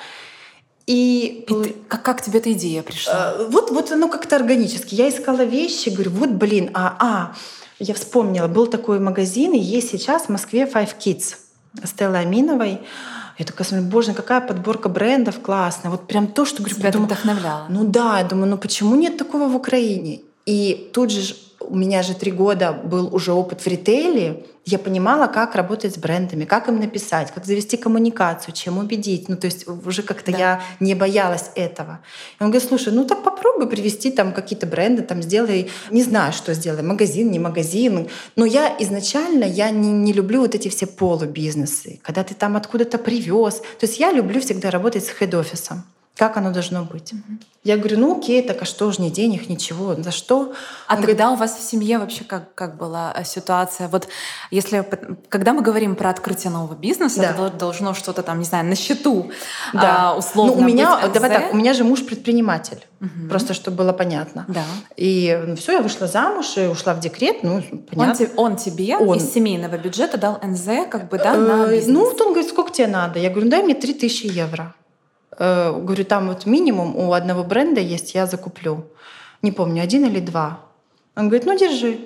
И, и ты, как, как тебе эта идея пришла? Вот, вот оно как-то органически. Я искала вещи, говорю: вот, блин, а, а, я вспомнила, был такой магазин, и есть сейчас в Москве Five Kids Стеллы Аминовой. Я такая смотрю: боже, какая подборка брендов классная. Вот прям то, что... Тебя это вдохновляло. Ну да, я думаю, ну почему нет такого в Украине? И тут же у меня же три года был уже опыт в ритейле. Я понимала, как работать с брендами, как им написать, как завести коммуникацию, чем убедить. Ну то есть уже как-то да. я не боялась этого. И он говорит: слушай, ну так попробуй привести там какие-то бренды, там сделай, не знаю, что сделай, магазин, не магазин. Но я изначально, я не, не люблю вот эти все полубизнесы, когда ты там откуда-то привез. То есть я люблю всегда работать с хед-офисом. Как оно должно быть? Mm-hmm. Я говорю: ну окей, так а что ж, ни денег, ничего, за что? А Он тогда говорит, у вас в семье вообще как, как была ситуация? Вот если, когда мы говорим про открытие нового бизнеса, да. это должно что-то там, не знаю, на счету да. а, условно ну, у меня, быть. Давай так, у меня же муж предприниматель, угу. просто чтобы было понятно. Да. И ну, все, я вышла замуж и ушла в декрет, ну понятно. Он, он тебе он. из семейного бюджета дал эн зэ как бы, да, э, на бизнес? Ну, вот он говорит: сколько тебе надо? Я говорю: дай мне три тысячи евро. Говорю: там вот минимум у одного бренда есть, я закуплю. Не помню, один или два. Он говорит: ну, держи.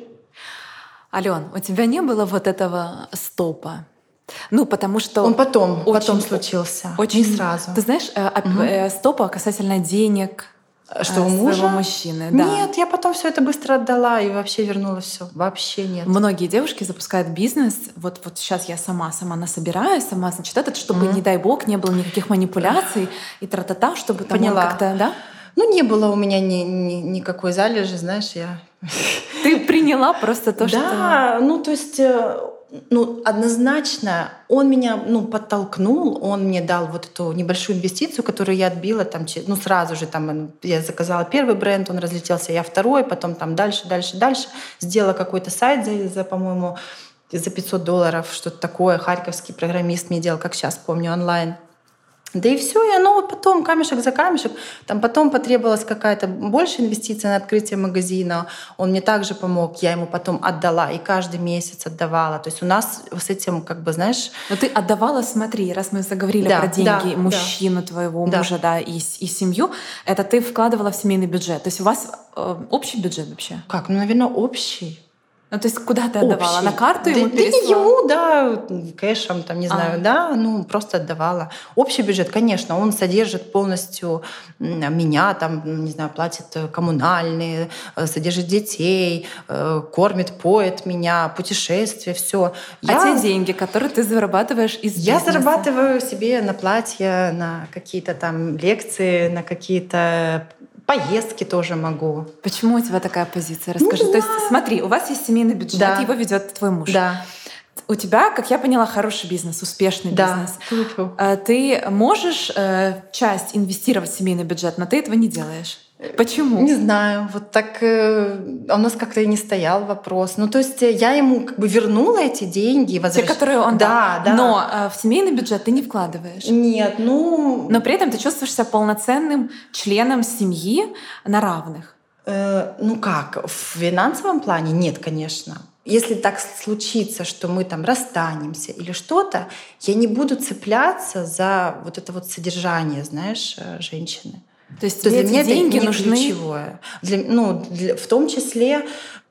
Алён, у тебя не было вот этого стопа? Ну, потому что... Он потом, очень, потом случился, очень, не сразу. Ты знаешь, угу. стопа касательно денег, что у мужа? Мужчины, да. Нет, я потом все это быстро отдала и вообще вернула все. Вообще нет. Многие девушки запускают бизнес. Вот, вот сейчас я сама, сама насобираю, сама, значит, этот, чтобы, mm-hmm. не дай бог, не было никаких манипуляций и тра-та-та, чтобы там Поняла. как-то, да? Ну, не было у меня ни, ни, никакой залежи, знаешь, я... Ты приняла просто то, да, что... Да, ну, то есть... Ну, однозначно, он меня ну, подтолкнул, он мне дал вот эту небольшую инвестицию, которую я отбила там, ну, сразу же там я заказала первый бренд, он разлетелся, я второй, потом там дальше, дальше, дальше. Сделала какой-то сайт за, за по-моему, за пятьсот долларов, что-то такое. Харьковский программист мне делал, как сейчас помню, онлайн. Да и все, и оно вот потом камешек за камешек. Там потом потребовалась какая-то больше инвестиция на открытие магазина. Он мне также помог, я ему потом отдала и каждый месяц отдавала. То есть у нас с этим, как бы, знаешь... Но ты отдавала, смотри, раз мы заговорили да, про деньги, да, мужчину да. твоего да. мужа, да, и, и семью, это ты вкладывала в семейный бюджет. То есть у вас э, общий бюджет вообще? Как? Ну, наверное, общий. Ну, то есть куда ты отдавала? Общий. На карту ему да, переслала? Да ему, да, кэшем, там, не знаю, а. да, ну, просто отдавала. Общий бюджет, конечно, он содержит полностью меня, там, не знаю, платит коммунальные, содержит детей, кормит, поет меня, путешествия, все. А Я... те деньги, которые ты зарабатываешь из Я бизнеса? зарабатываю себе на платья, на какие-то там лекции, на какие-то поездки тоже могу. Почему у тебя такая позиция? Расскажи. Ну, То есть, смотри, у вас есть семейный бюджет, да. его ведет твой муж. Да. У тебя, как я поняла, хороший бизнес, успешный да. бизнес. Фу-фу. Ты можешь часть инвестировать в семейный бюджет, но ты этого не делаешь. Почему? Не знаю. Вот так э, у нас как-то и не стоял вопрос. Ну, то есть я ему как бы вернула эти деньги. Возвращ... Те, которые он да, дал. Да. Но э, в семейный бюджет ты не вкладываешь. Нет, ну... Но при этом ты чувствуешь себя полноценным членом семьи на равных. Э, ну как? В финансовом плане нет, конечно. Если так случится, что мы там расстанемся или что-то, я не буду цепляться за вот это вот содержание, знаешь, женщины. То есть, То есть для меня деньги это не нужны... ключевое. Для, ну, для, в том числе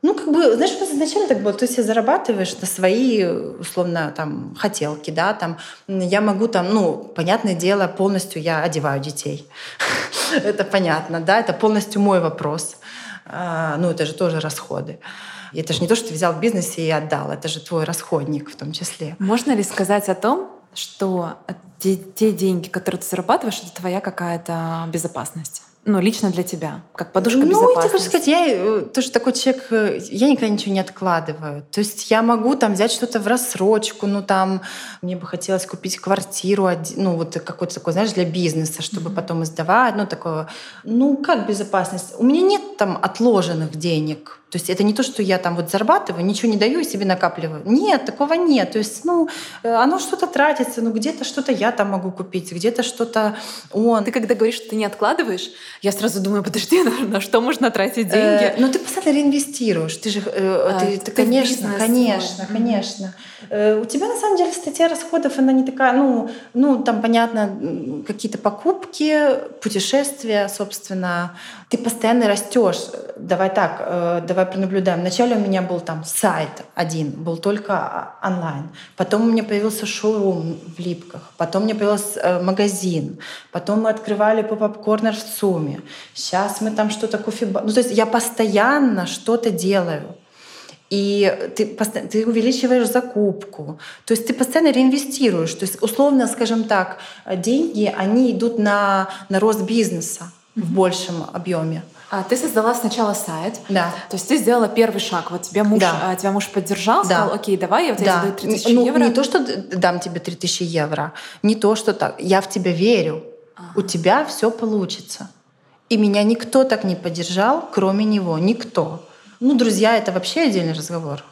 Ну, как бы, знаешь, у нас изначально так было, ты себе зарабатываешь на свои, условно, там, хотелки, да, там, я могу там, ну, понятное дело, полностью я одеваю детей. Это понятно, да, это полностью мой вопрос. Ну, это же тоже расходы. И это же не то, что ты взял в бизнесе и отдал, это же твой расходник в том числе. Можно ли сказать о том, что те, те деньги, которые ты зарабатываешь, это твоя какая-то безопасность? Ну, лично для тебя, как подушка ну, безопасности. Ну, я хочу сказать, я тоже такой человек, я никогда ничего не откладываю. То есть я могу там взять что-то в рассрочку, ну там мне бы хотелось купить квартиру, ну вот какой-то такой, знаешь, для бизнеса, чтобы mm-hmm. потом издавать, ну такого. Ну, как безопасность? У меня нет там отложенных денег. То есть это не то, что я там вот зарабатываю, ничего не даю и себе накапливаю. Нет, такого нет. То есть, ну, оно что-то тратится, ну где-то что-то я там могу купить, где-то что-то он. Ты когда говоришь, что ты не откладываешь, я сразу думаю, подожди, на, на что можно тратить деньги? Э, ну ты постоянно реинвестируешь. Ты же, э, а, ты, ты, ты конечно, конечно, свой. конечно. Э, у тебя на самом деле статья расходов, она не такая, ну, ну там понятно, какие-то покупки, путешествия, собственно. Ты постоянно растешь. Давай так, э, давай пронаблюдаем. Вначале у меня был там сайт один, был только онлайн. Потом у меня появился шоурум в Липках. Потом у меня появился э, магазин. Потом мы открывали поп-ап-корнер в ЦУМе. Сейчас мы там что-то кофе... Ну, то есть я постоянно что-то делаю. И ты, ты увеличиваешь закупку. То есть ты постоянно реинвестируешь. То есть, условно, скажем так, деньги, они идут на, на рост бизнеса mm-hmm. в большем объеме. А ты создала сначала сайт. Да. То есть ты сделала первый шаг. Вот тебя муж, да. тебя муж поддержал, да. сказал, окей, давай, я вот да. тебе даю три тысячи ну, евро. Не то, что дам тебе три тысячи евро, не то, что так. Я в тебя верю. Ага. У тебя все получится. И меня никто так не поддержал, кроме него. Никто. Ну, друзья, это вообще отдельный разговор.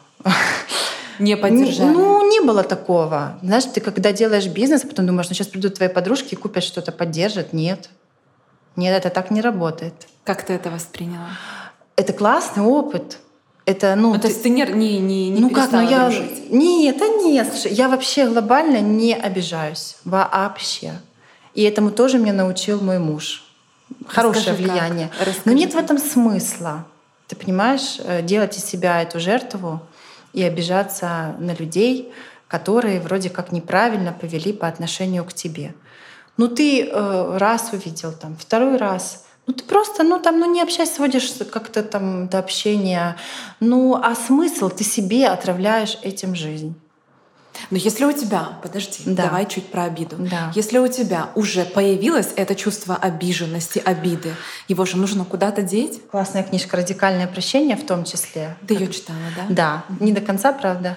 Не поддержали? Ну, не было такого. Знаешь, ты когда делаешь бизнес, а потом думаешь, ну сейчас придут твои подружки и купят что-то, поддержат. Нет. Нет, это так не работает. Как ты это восприняла? Это классный опыт. Это, ну, ну, то есть ты не, не, не, не ну как, ну я дружить? Нет, это нет. Слушай, я вообще глобально не обижаюсь. Вообще. И этому тоже меня научил мой муж. Хорошее Расскажи, влияние. Расскажи, Но нет как. в этом смысла. Ты понимаешь, делать из себя эту жертву и обижаться на людей, которые вроде как неправильно повели по отношению к тебе. Ну ты э, раз увидел, там, второй раз. Ну ты просто, ну там, ну не общайся, сводишь как-то там до общения. Ну а смысл? Ты себе отравляешь этим жизнь. Но если у тебя, подожди, да. давай чуть про обиду. Да. Если у тебя уже появилось это чувство обиженности, обиды, его же нужно куда-то деть. Классная книжка «Радикальное прощение» в том числе. Ты ее читала, да? Да, mm-hmm. не до конца, правда.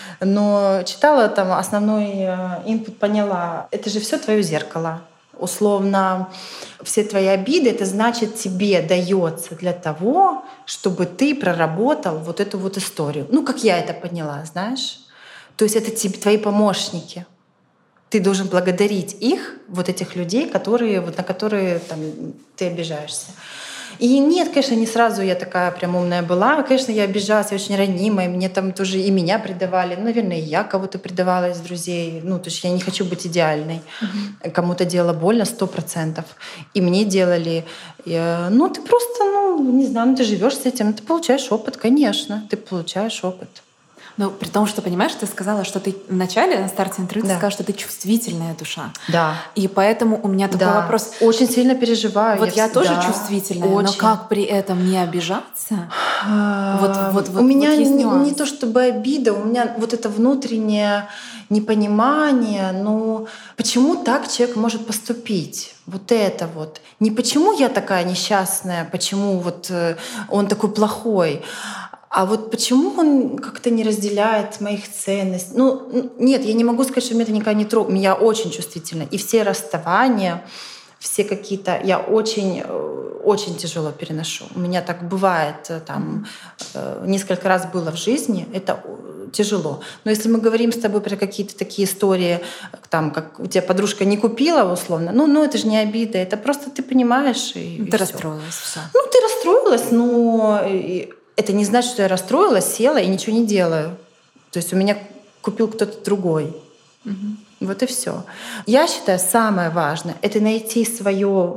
Но читала там основной инпут, поняла. Это же все твое зеркало. Условно, все твои обиды, это значит, тебе дается для того, чтобы ты проработал вот эту вот историю. Ну, как я это поняла, знаешь? То есть это тебе, твои помощники. Ты должен благодарить их, вот этих людей, которые, вот, на которые там, ты обижаешься. И нет, конечно, не сразу я такая прям умная была. Конечно, я обижалась, я очень ранимая. Мне там тоже и меня предавали. Ну, наверное, и я кого-то предавала из друзей. Ну, то есть я не хочу быть идеальной. Uh-huh. Кому-то делала больно сто процентов. И мне делали. Я, ну, ты просто, ну, не знаю, ну, ты живешь с этим, ты получаешь опыт, конечно. Ты получаешь опыт. Но при том, что, понимаешь, ты сказала, что ты вначале на старте интервью да. ты сказала, что ты чувствительная душа. Да. И поэтому у меня такой да. вопрос. Очень сильно переживаю. Вот я, я тоже да. чувствительная, Очень. но как при этом не обижаться? вот, вот, вот, у меня вот есть не, нюанс. не то чтобы обида, у меня вот это внутреннее непонимание, ну почему так человек может поступить? Вот это вот. Не почему я такая несчастная, почему вот он такой плохой, а вот почему он как-то не разделяет моих ценностей? Ну, нет, я не могу сказать, что меня это никогда не трогает. Меня очень чувствительно. И все расставания, все какие-то... Я очень, очень тяжело переношу. У меня так бывает, там, несколько раз было в жизни. Это тяжело. Но если мы говорим с тобой про какие-то такие истории, там, как у тебя подружка не купила, условно, ну, ну это же не обида, это просто ты понимаешь. И, ты и расстроилась, все. Ну, ты расстроилась, но... Это не значит, что я расстроилась, села и ничего не делаю. То есть у меня купил кто-то другой. Угу. Вот и все. Я считаю, самое важное — это найти свое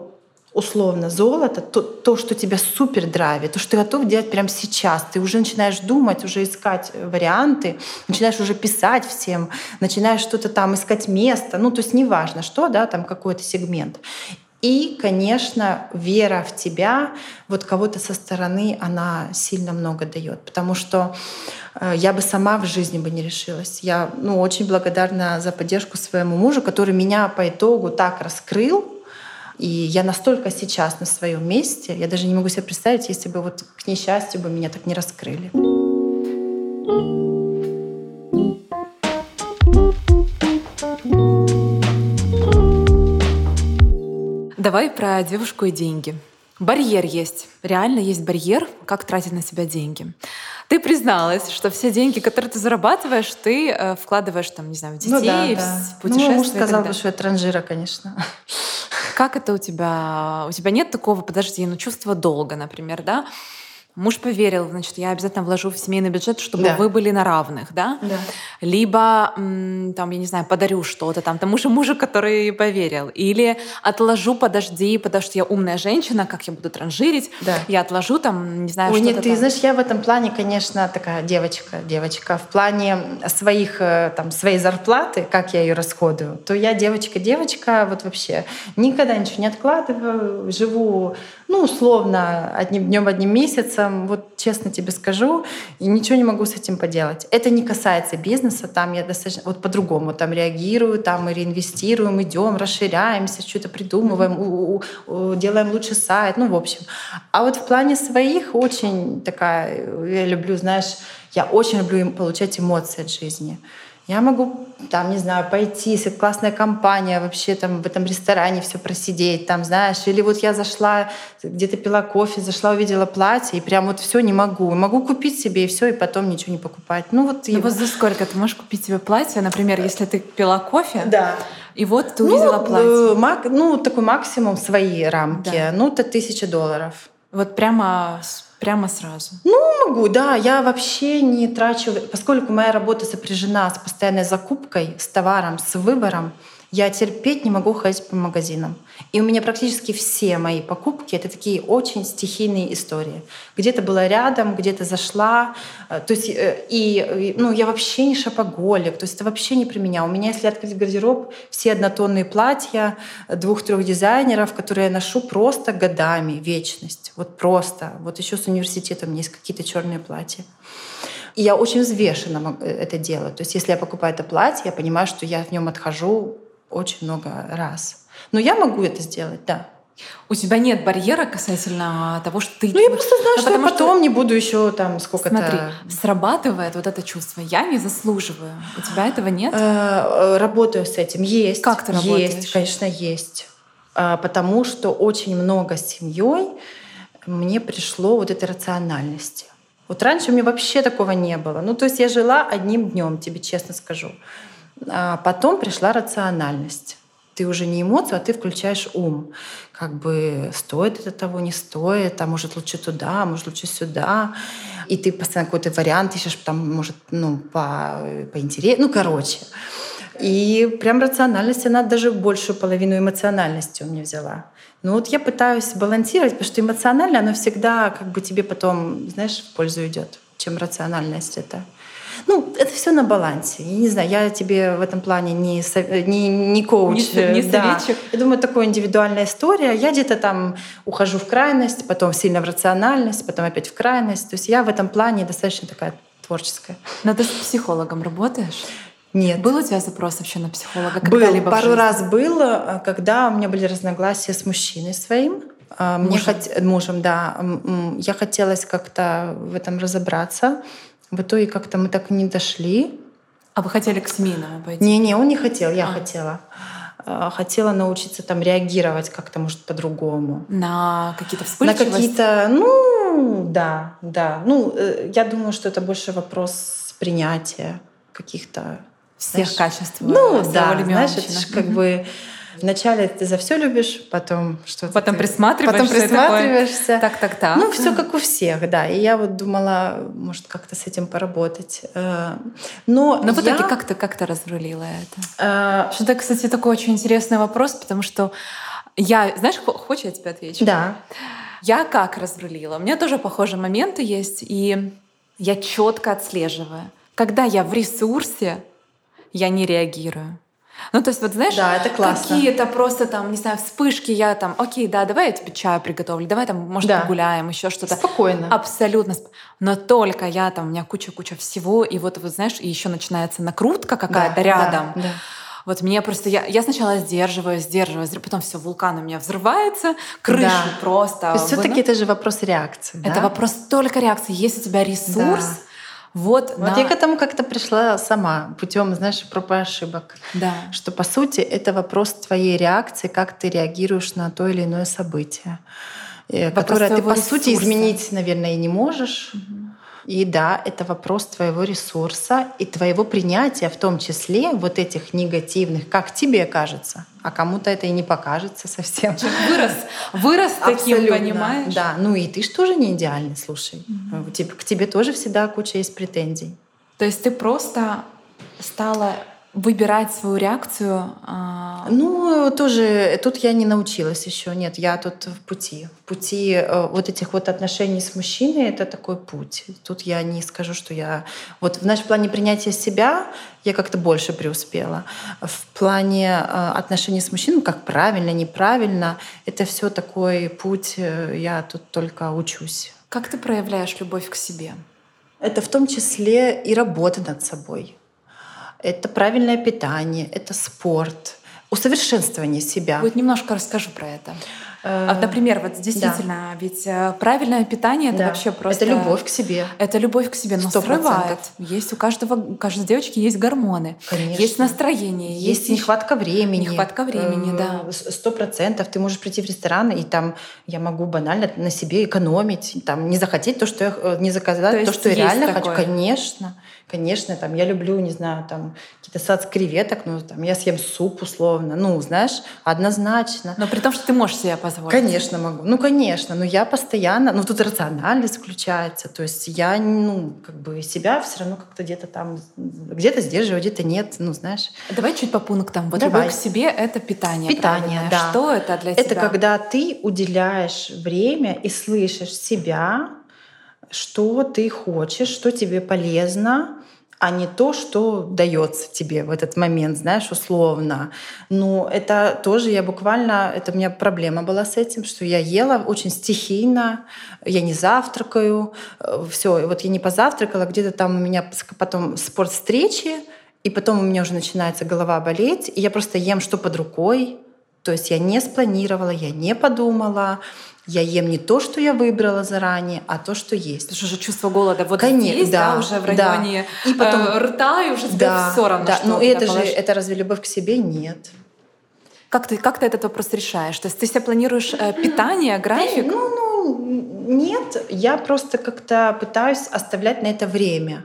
условно золото, то, то, что тебя супер драйвит, то, что ты готов делать прямо сейчас. Ты уже начинаешь думать, уже искать варианты, начинаешь уже писать всем, начинаешь что-то там искать место. Ну, то есть неважно что, да, там какой-то сегмент. И, конечно, вера в тебя, вот кого-то со стороны, она сильно много дает, потому что я бы сама в жизни бы не решилась. Я ну, очень благодарна за поддержку своему мужу, который меня по итогу так раскрыл. И я настолько сейчас на своем месте, я даже не могу себе представить, если бы вот к несчастью бы меня так не раскрыли. Давай про девушку и деньги. Барьер есть. Реально есть барьер, как тратить на себя деньги. Ты призналась, что все деньги, которые ты зарабатываешь, ты э, вкладываешь там, не знаю, в детей, ну, да, в да. путешествия. Ну, муж сказал бы, что я транжира, конечно. Как это у тебя? У тебя нет такого, подожди, ну чувства долга, например, да? Муж поверил, значит, я обязательно вложу в семейный бюджет, чтобы да. вы были на равных, да? Да. Либо, там, я не знаю, подарю что-то там тому же мужу, который поверил. Или отложу, подожди, потому что я умная женщина, как я буду транжирить? Да. Я отложу там, не знаю, Ой, что-то нет, ты там. знаешь, я в этом плане, конечно, такая девочка, девочка. В плане своих, там, своей зарплаты, как я ее расходую, то я девочка-девочка, вот вообще никогда ничего не откладываю, живу, ну, условно, одним днем, одним месяцем. Вот честно тебе скажу, и ничего не могу с этим поделать. Это не касается бизнеса, там я достаточно вот по-другому там реагирую, там мы реинвестируем, идем, расширяемся, что-то придумываем, mm-hmm. у- у- делаем лучше сайт, ну в общем. А вот в плане своих очень такая, я люблю, знаешь, я очень люблю им получать эмоции от жизни. Я могу, там, не знаю, пойти, если это классная компания, вообще там в этом ресторане все просидеть, там, знаешь, или вот я зашла, где-то пила кофе, зашла, увидела платье, и прям вот все не могу. Могу купить себе и все, и потом ничего не покупать. Ну вот. Ну и... вот за сколько ты можешь купить себе платье, например, если ты пила кофе? Да. И вот ты увидела ну, платье. Мак... Ну, такой максимум свои рамки. Да. Ну, это тысяча долларов. Вот прямо... Прямо сразу? Ну, могу, да. Я вообще не трачу... Поскольку моя работа сопряжена с постоянной закупкой, с товаром, с выбором, я терпеть не могу ходить по магазинам. И у меня практически все мои покупки — это такие очень стихийные истории. Где-то была рядом, где-то зашла. То есть, и, ну, я вообще не шопоголик. То есть это вообще не про меня. У меня, если открыть гардероб, все однотонные платья двух-трех дизайнеров, которые я ношу просто годами, вечность. Вот просто. Вот еще с университета у меня есть какие-то черные платья. И я очень взвешенно это делаю. То есть если я покупаю это платье, я понимаю, что я в нем отхожу очень много раз. Но я могу это сделать, да. У тебя нет барьера касательно того, что ты... Ну, я просто знаю, ну, что я потом что... не буду еще там сколько-то... Смотри, срабатывает вот это чувство «я не заслуживаю». У тебя этого нет? Работаю с этим. Есть. Как ты работаешь? Есть, конечно, есть. Потому что очень много с семьей мне пришло вот этой рациональности. Вот раньше у меня вообще такого не было. Ну, то есть я жила одним днем, тебе честно скажу. А потом пришла рациональность. Ты уже не эмоцию, а ты включаешь ум. Как бы стоит это того, не стоит, а может лучше туда, а может лучше сюда. И ты постоянно какой-то вариант ищешь, там, может, ну, по, поинтереснее. Ну, короче. И прям рациональность, она даже большую половину эмоциональности у меня взяла. Ну вот я пытаюсь балансировать, потому что эмоционально оно всегда как бы тебе потом, знаешь, в пользу идет, чем рациональность это. Ну, это все на балансе. Я не знаю, я тебе в этом плане не, не, не коуч. Не, не да. советчик. Я думаю, это такая индивидуальная история. Я где-то там ухожу в крайность, потом сильно в рациональность, потом опять в крайность. То есть я в этом плане достаточно такая творческая. Но ты с психологом работаешь? Нет. Был у тебя запрос вообще на психолога? Был. Пару раз было, когда у меня были разногласия с мужчиной своим. Мне мужем. Хот... мужем, да. Я хотелось как-то в этом разобраться. В итоге как-то мы так и не дошли. А вы хотели к семейному пойти? Не-не, он не хотел, я а. хотела. Хотела научиться там реагировать как-то, может, по-другому. На какие-то вспыльчивости? На какие-то, ну, да, да. Ну, я думаю, что это больше вопрос принятия каких-то... Всех знаешь, качеств. Ну, да, знаешь, это же как бы... Вначале ты за все любишь, потом что-то. Потом ты... присматриваешься. Потом присматриваешься. Так, так, так. Ну, все как у всех, да. И я вот думала, может, как-то с этим поработать. Но, Но в итоге я... как ты, как ты разрулила это? А... Что это, кстати, такой очень интересный вопрос, потому что Я, знаешь, хочешь, я тебе отвечу? Да. Я как разрулила? У меня тоже похожие моменты есть, и я четко отслеживаю. Когда я в ресурсе, я не реагирую. Ну, то есть, вот знаешь, да, это классно. Какие-то просто там, не знаю, вспышки, я там, окей, да, давай я тебе чаю приготовлю, давай там, может, да. погуляем, еще что-то. Спокойно. Абсолютно. Но только я там, у меня куча-куча всего, и вот, вот знаешь, и еще начинается накрутка какая-то да, рядом. Да, да. Вот мне просто... Я, я сначала сдерживаю, сдерживаю, сдерживаю, потом все, вулкан у меня взрывается, крышу да. просто... То есть все-таки это же вопрос реакции, Это да? вопрос только реакции. Есть у тебя ресурс... Да. Вот, вот на... я к этому как-то пришла сама, путем, знаешь, проб и ошибок. Да. Что, по сути, это вопрос твоей реакции, как ты реагируешь на то или иное событие, вопрос которое ты, по ресурса. сути, изменить, наверное, и не можешь. Угу. И да, это вопрос твоего ресурса и твоего принятия, в том числе вот этих негативных, как тебе кажется, а кому-то это и не покажется совсем. Вырос, вырос таким, понимаешь? Да, ну и ты же тоже не идеальный, слушай. Mm-hmm. К тебе тоже всегда куча есть претензий. То есть ты просто стала выбирать свою реакцию? А... Ну, тоже тут я не научилась еще. Нет, я тут в пути. В пути э, вот этих вот отношений с мужчиной — это такой путь. Тут я не скажу, что я... Вот в нашем плане принятия себя я как-то больше преуспела. В плане э, отношений с мужчиной, как правильно, неправильно, это все такой путь, э, я тут только учусь. Как ты проявляешь любовь к себе? Это в том числе и работа над собой. Это правильное питание, это спорт, усовершенствование себя. Вот немножко расскажу про это. А, например, вот действительно, да. ведь правильное питание — это да. вообще просто... Это любовь к себе. Это любовь к себе, но срывает. Есть у каждого, у каждой девочки есть гормоны, Конечно. Есть настроение. Есть, есть нехватка времени. Нехватка времени, да. Сто процентов. Ты можешь прийти в ресторан, и там я могу банально на себе экономить, там, не захотеть то, что я... Не заказать то, то что я реально такое? хочу. Конечно. Конечно, там, я люблю, не знаю, там, какие-то сад с креветок, ну, там, я съем суп условно, ну, знаешь, однозначно. Но при том, что ты можешь себе позволить. Конечно, могу. Ну, конечно, но я постоянно, ну, тут рациональность включается, то есть я, ну, как бы себя все равно как-то где-то там, где-то сдерживаю, где-то нет, ну, знаешь. Давай чуть по пунктам. Вот Давай. любовь к себе — это питание. Питание, правильное. да. Что это для это тебя? Это когда ты уделяешь время и слышишь себя, что ты хочешь, что тебе полезно, а не то, что дается тебе в этот момент, знаешь, условно. Ну, это тоже я буквально... Это у меня проблема была с этим, что я ела очень стихийно, я не завтракаю, все. И вот я не позавтракала, где-то там у меня потом спортвстречи, и потом у меня уже начинается голова болеть, и я просто ем что под рукой. То есть я не спланировала, я не подумала. Я ем не то, что я выбрала заранее, а то, что есть. Потому что уже чувство голода вот Конечно, здесь, да, да, уже в районе да. И потом, э, рта, и уже тебе да, все равно, да. что Ну, это положишь. же, это разве любовь к себе? Нет. Как ты, как ты этот вопрос решаешь? То есть ты себе планируешь э, питание, график? Ну, ну, нет. Я просто как-то пытаюсь оставлять на это время.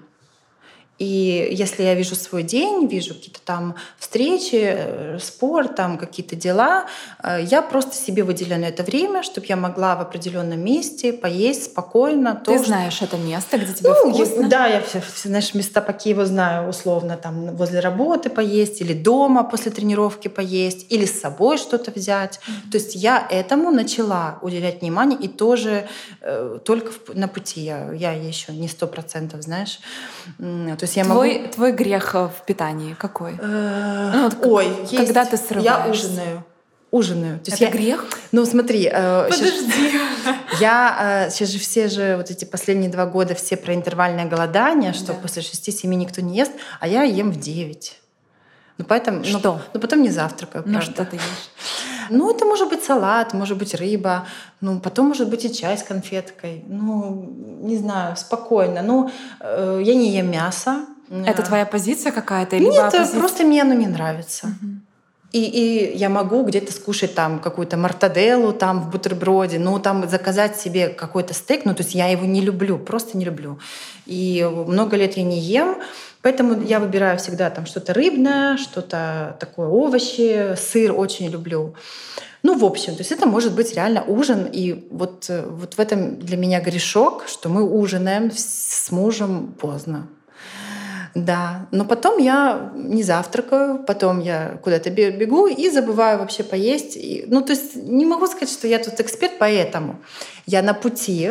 И если я вижу свой день, вижу какие-то там встречи, спорт, там какие-то дела, я просто себе выделяю на это время, чтобы я могла в определенном месте поесть спокойно. Ты то, знаешь что... это место, где тебе ну, вкусно? Я, да, я все, все, знаешь, места по Киеву знаю, условно, там возле работы поесть, или дома после тренировки поесть, или с собой что-то взять. Mm-hmm. То есть я этому начала уделять внимание, и тоже э, только в, на пути. Я, я еще не сто процентов, знаешь. То есть я твой, могу... твой грех в питании какой? Ну, вот, ой, когда есть. ты срываешься? Я ужинаю. Ужинаю. То есть это я... грех? Ну смотри, э, подожди. Сейчас... Я э, сейчас же все же вот эти последние два года все про интервальное голодание, что да. после шести-семи никто не ест, а я ем в девять. Ну поэтому. Что? Ну, ну потом не завтракаю. Ну правда. что ты ешь? Ну, это может быть салат, может быть рыба, ну, потом может быть и чай с конфеткой. Ну, не знаю, спокойно. Ну, э, я не ем мясо. Это твоя позиция какая-то? Нет, либо оппозиция? Просто мне оно не нравится. Угу. И, и я могу где-то скушать там какую-то мартаделлу там в бутерброде, ну, там заказать себе какой-то стейк, ну, то есть я его не люблю, просто не люблю. И много лет я не ем, поэтому я выбираю всегда там что-то рыбное, что-то такое овощи, сыр очень люблю. Ну, в общем, то есть это может быть реально ужин. И вот, вот в этом для меня грешок, что мы ужинаем с мужем поздно. Да, но потом я не завтракаю, потом я куда-то бегу и забываю вообще поесть. И, ну, то есть не могу сказать, что я тут эксперт, поэтому я на пути,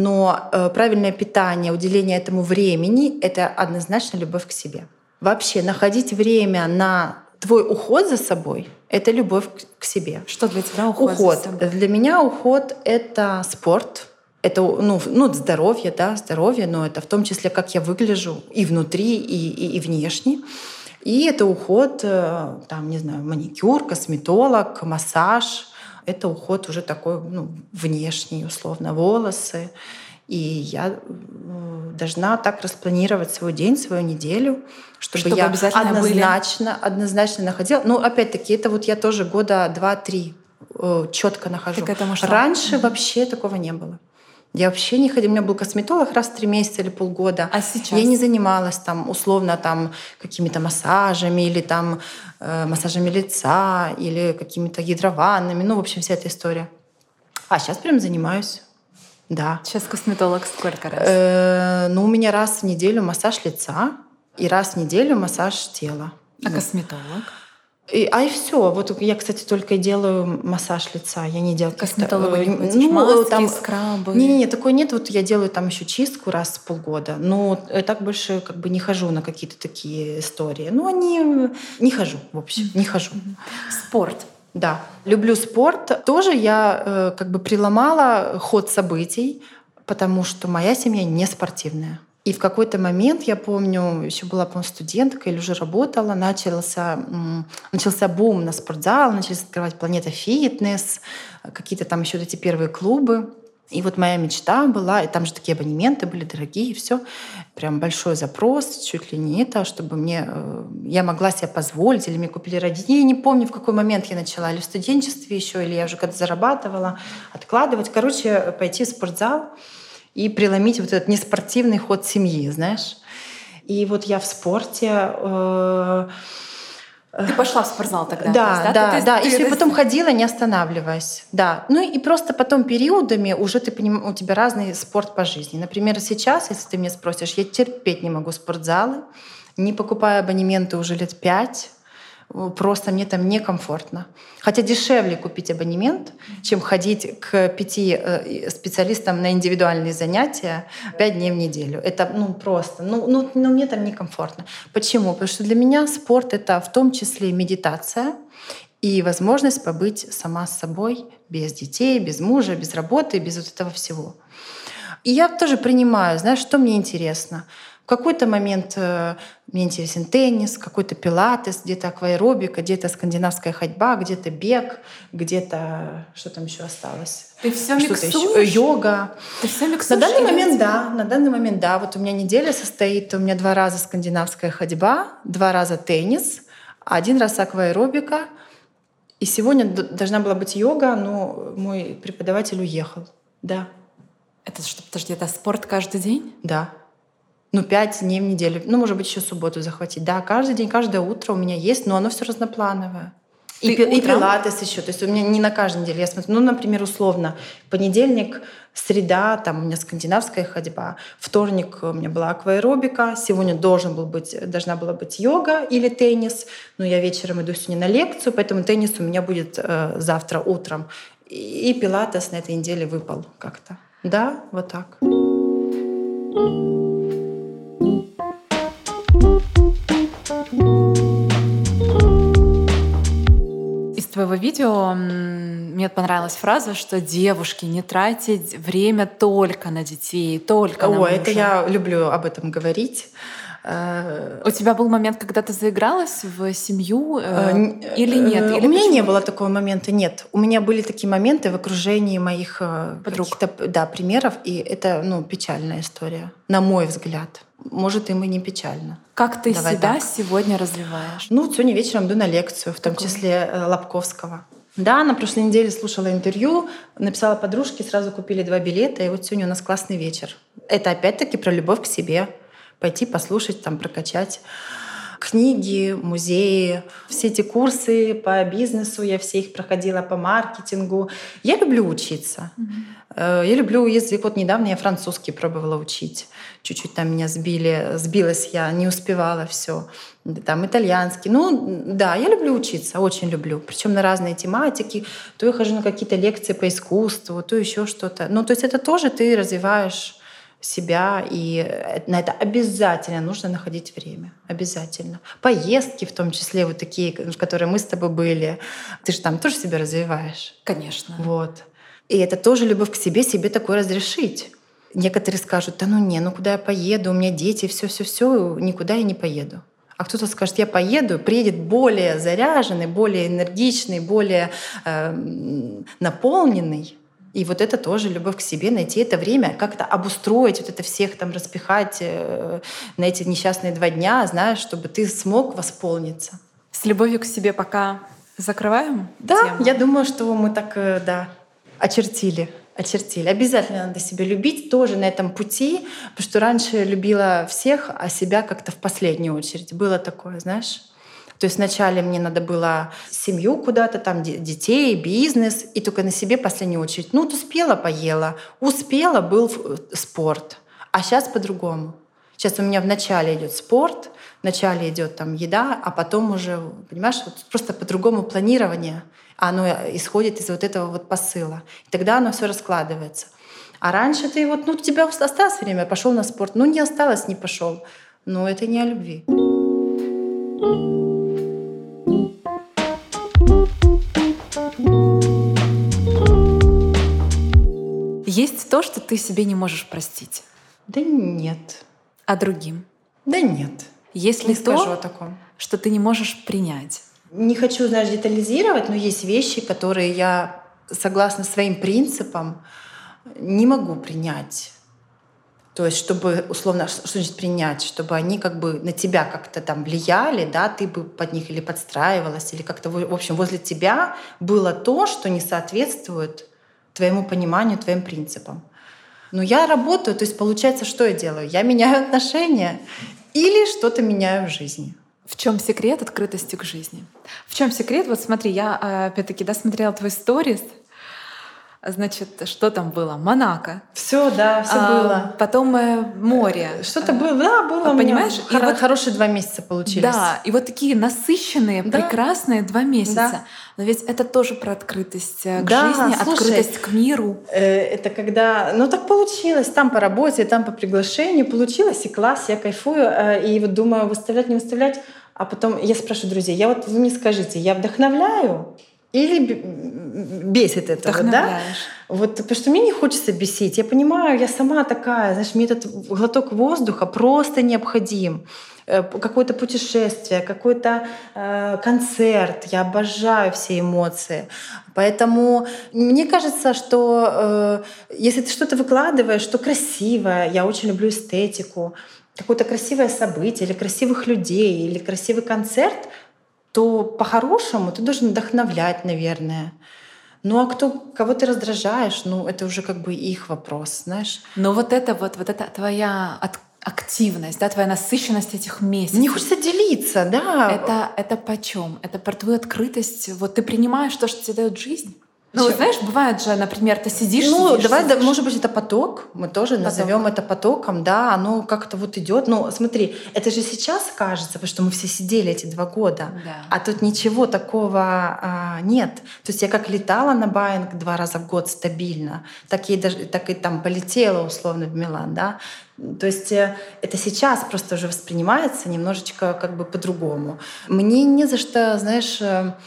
но э, правильное питание, уделение этому времени — это однозначно любовь к себе. Вообще находить время на твой уход за собой — это любовь к себе. Что для тебя уход, уход. за собой? Для меня уход — это спорт. Это ну, ну, здоровье, да, здоровье, но это в том числе, как я выгляжу и внутри, и, и, и внешне. И это уход, там, не знаю, маникюр, косметолог, массаж. Это уход уже такой, ну, внешний, условно, волосы. И я должна так распланировать свой день, свою неделю, чтобы, чтобы я однозначно, были. однозначно находила. Ну, опять-таки, это вот я тоже года два-три четко нахожу. Раньше mm-hmm. вообще такого не было. Я вообще не ходила. У меня был косметолог раз в три месяца или полгода. А сейчас? Я не занималась там условно там какими-то массажами или там э, массажами лица или какими-то гидрованными. Ну, в общем, вся эта история. А сейчас прям занимаюсь. Да. Сейчас косметолог сколько раз? Э, ну, у меня раз в неделю массаж лица и раз в неделю массаж тела. А косметолог? И, а и все. Вот я, кстати, только делаю массаж лица. Я не делаю косметолога. Ну, маски, там скрабы. Не, не, такой нет. Вот я делаю там еще чистку раз в полгода. Но я так больше как бы не хожу на какие-то такие истории. Ну, они не хожу, в общем, не хожу. Спорт. Да, люблю спорт. Тоже я э, как бы приломала ход событий, потому что моя семья не спортивная. И в какой-то момент, я помню, еще была, по-моему, студенткой или уже работала, начался, начался бум на спортзал, начались открывать «Планета Фитнес», какие-то там еще эти первые клубы. И вот моя мечта была, и там же такие абонементы были дорогие, и все, прям большой запрос, чуть ли не это, чтобы мне, я могла себе позволить, или мне купили родители. Я не помню, в какой момент я начала, или в студенчестве еще, или я уже когда зарабатывала, откладывать. Короче, пойти в спортзал и преломить вот этот неспортивный ход семьи, знаешь. И вот я в спорте... Э- Ты пошла в спортзал тогда? Да, есть, да, да, ты, да. Ты, и ты, потом ходила, не останавливаясь. Да. Ну и просто потом периодами уже ты понимаешь, у тебя разный спорт по жизни. Например, сейчас, если ты меня спросишь, я терпеть не могу спортзалы, не покупаю абонементы уже лет пять. Просто мне там некомфортно. Хотя дешевле купить абонемент, чем ходить к пяти специалистам на индивидуальные занятия пять дней в неделю. Это ну просто, ну, ну, ну мне там некомфортно. Почему? Потому что для меня спорт — это в том числе медитация и возможность побыть сама с собой, без детей, без мужа, без работы, без вот этого всего. И я тоже принимаю, знаешь, что мне интересно. В какой-то момент э, мне интересен теннис, какой-то пилатес, где-то акваэробика, где-то скандинавская ходьба, где-то бег, где-то что там еще осталось? Ты все Что-то миксуешь? Еще. Йога. Ты все миксуешь? На данный момент да, на данный момент да. Вот у меня неделя состоит, у меня два раза скандинавская ходьба, два раза теннис, один раз акваэробика. И сегодня должна была быть йога, но мой преподаватель уехал. Да. Это что, подожди, это спорт каждый день? Да. Ну, пять дней в неделю. Ну, может быть, еще субботу захватить. Да, каждый день, каждое утро у меня есть, но оно все разноплановое. И, и пилатес еще. То есть у меня не на каждой неделе. Я смотрю, ну, например, условно, понедельник, среда, там у меня скандинавская ходьба, вторник у меня была акваэробика, сегодня должен был быть, должна была быть йога или теннис, но я вечером иду сегодня на лекцию, поэтому теннис у меня будет э, завтра утром. И, и пилатес на этой неделе выпал как-то. Да, вот так. Из твоего видео мне понравилась фраза, что девушки, не тратить время только на детей, только О, на мужа. Это я люблю об этом говорить. У тебя был момент, когда ты заигралась в семью э, или нет? Или у меня почему? не было такого момента, нет. У меня были такие моменты в окружении моих подруг, да, примеров, и это ну, печальная история, на мой взгляд. Может, им и не печально. Как ты Давай себя так. сегодня развиваешь? Ну, сегодня вечером иду на лекцию, в том Какую? числе Лобковского. Да, на прошлой неделе слушала интервью, написала подружке, сразу купили два билета, и вот сегодня у нас классный вечер. Это опять-таки про любовь к себе. Пойти послушать, там, прокачать книги, музеи, все эти курсы по бизнесу, я все их проходила по маркетингу. Я люблю учиться. Я люблю язык. Вот недавно я французский пробовала учить. Чуть-чуть там меня сбили, сбилась я, не успевала все. Там итальянский. Ну да, я люблю учиться, очень люблю. Причем на разные тематики. То я хожу на какие-то лекции по искусству, то еще что-то. Ну то есть это тоже ты развиваешь себя, и на это обязательно нужно находить время. Обязательно. Поездки, в том числе вот такие, в которые мы с тобой были. Ты же там тоже себя развиваешь. Конечно. Вот. И это тоже любовь к себе, себе такое разрешить. Некоторые скажут: да ну не, ну куда я поеду, у меня дети, все, все, все, никуда я не поеду. А кто-то скажет: я поеду, приедет более заряженный, более энергичный, более э, наполненный. И вот это тоже любовь к себе, найти это время, как-то обустроить, вот это всех там распихать э, на эти несчастные два дня, знаешь, чтобы ты смог восполниться. С любовью к себе пока закрываем Да, тему? Я думаю, что мы так, э, да, очертили. Очертили. Обязательно надо себя любить тоже на этом пути, потому что раньше любила всех, а себя как-то в последнюю очередь. Было такое, знаешь? То есть вначале мне надо было семью куда-то, там детей, бизнес, и только на себе в последнюю очередь. Ну, вот успела, поела. Успела, был спорт. А сейчас по-другому. Сейчас у меня вначале идет спорт, вначале идет там еда, а потом уже, понимаешь, вот просто по-другому планирование. Оно исходит из вот этого вот посыла. И тогда оно все раскладывается. А раньше ты вот, ну, у тебя осталось время, пошел на спорт. Ну, не осталось, не пошел. Но это не о любви. Есть то, что ты себе не можешь простить? Да нет. А другим? Да нет. Есть ли не то, скажу о таком. Что ты не можешь принять? Не хочу, знаешь, детализировать, но есть вещи, которые я, согласно своим принципам, не могу принять. То есть, чтобы, условно, что значит принять? Чтобы они как бы на тебя как-то там влияли, да, ты бы под них или подстраивалась, или как-то, в общем, возле тебя было то, что не соответствует твоему пониманию, твоим принципам. Но я работаю, то есть получается, что я делаю? Я меняю отношения или что-то меняю в жизни. В чем секрет открытости к жизни? В чем секрет? Вот смотри, я опять-таки досмотрела твой сторис. Значит, что там было? Монако. Все, да, все а, было. Потом э, море. Что-то было, да, было. Понимаешь? И Хор- вот, хорошие два месяца получились. Да, и вот такие насыщенные, да. прекрасные два месяца. Да. Но ведь это тоже про открытость к да, жизни, слушай, открытость к миру. Э, это когда, ну так получилось, там по работе, там по приглашению получилось, и класс, я кайфую, э, и вот думаю, выставлять, не выставлять. А потом я спрашиваю друзей: я вот вы мне скажите, я вдохновляю? Или бесит это, вот, да? Вот, потому что мне не хочется бесить. Я понимаю, я сама такая, знаешь, мне этот глоток воздуха просто необходим. Какое-то путешествие, какой-то э, концерт. Я обожаю все эмоции. Поэтому мне кажется, что э, если ты что-то выкладываешь, что красивое, я очень люблю эстетику, какое-то красивое событие или красивых людей, или красивый концерт, то по-хорошему ты должен вдохновлять, наверное. Ну а кто, кого ты раздражаешь, ну это уже как бы их вопрос, знаешь. Но вот это вот, вот это твоя активность, да, твоя насыщенность этих месяцев. Не хочется делиться, да. Это, это почем? Это про твою открытость. Вот ты принимаешь то, что тебе дает жизнь? Ну, вот, знаешь, бывает же, например, ты сидишь, ну, сидишь, давай, сидишь. Да, может быть, это поток, мы тоже поток. Назовем это потоком, да, оно как-то вот идет. Ну, смотри, это же сейчас кажется, потому что мы все сидели эти два года, да. а тут ничего такого а, нет. То есть я как летала на Боинг два раза в год стабильно, так и, даже, так и там полетела условно в Милан, да. То есть это сейчас просто уже воспринимается немножечко как бы по-другому. Мне не за что, знаешь,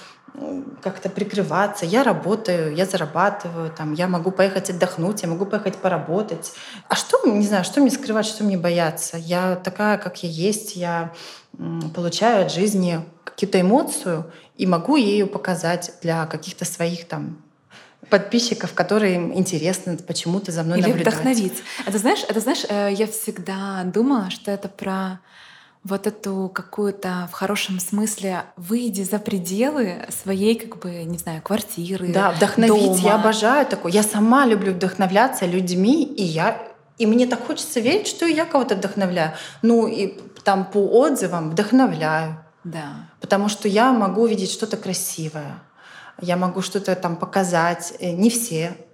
как-то прикрываться. Я работаю, я зарабатываю, там, я могу поехать отдохнуть, я могу поехать поработать. А что, не знаю, что мне скрывать, что мне бояться? Я такая, как я есть, я получаю от жизни какую-то эмоцию и могу ею показать для каких-то своих там подписчиков, которым интересно почему-то за мной Или наблюдать. Вдохновить. Это знаешь, это знаешь, я всегда думала, что это про вот эту какую-то в хорошем смысле выйди за пределы своей, как бы, не знаю, квартиры. Да, вдохновить. Дома. Я обожаю такое. Я сама люблю вдохновляться людьми, и я и мне так хочется верить, что и я кого-то вдохновляю. Ну и там по отзывам вдохновляю. Да. Потому что я могу увидеть что-то красивое. Я могу что-то там показать. Не все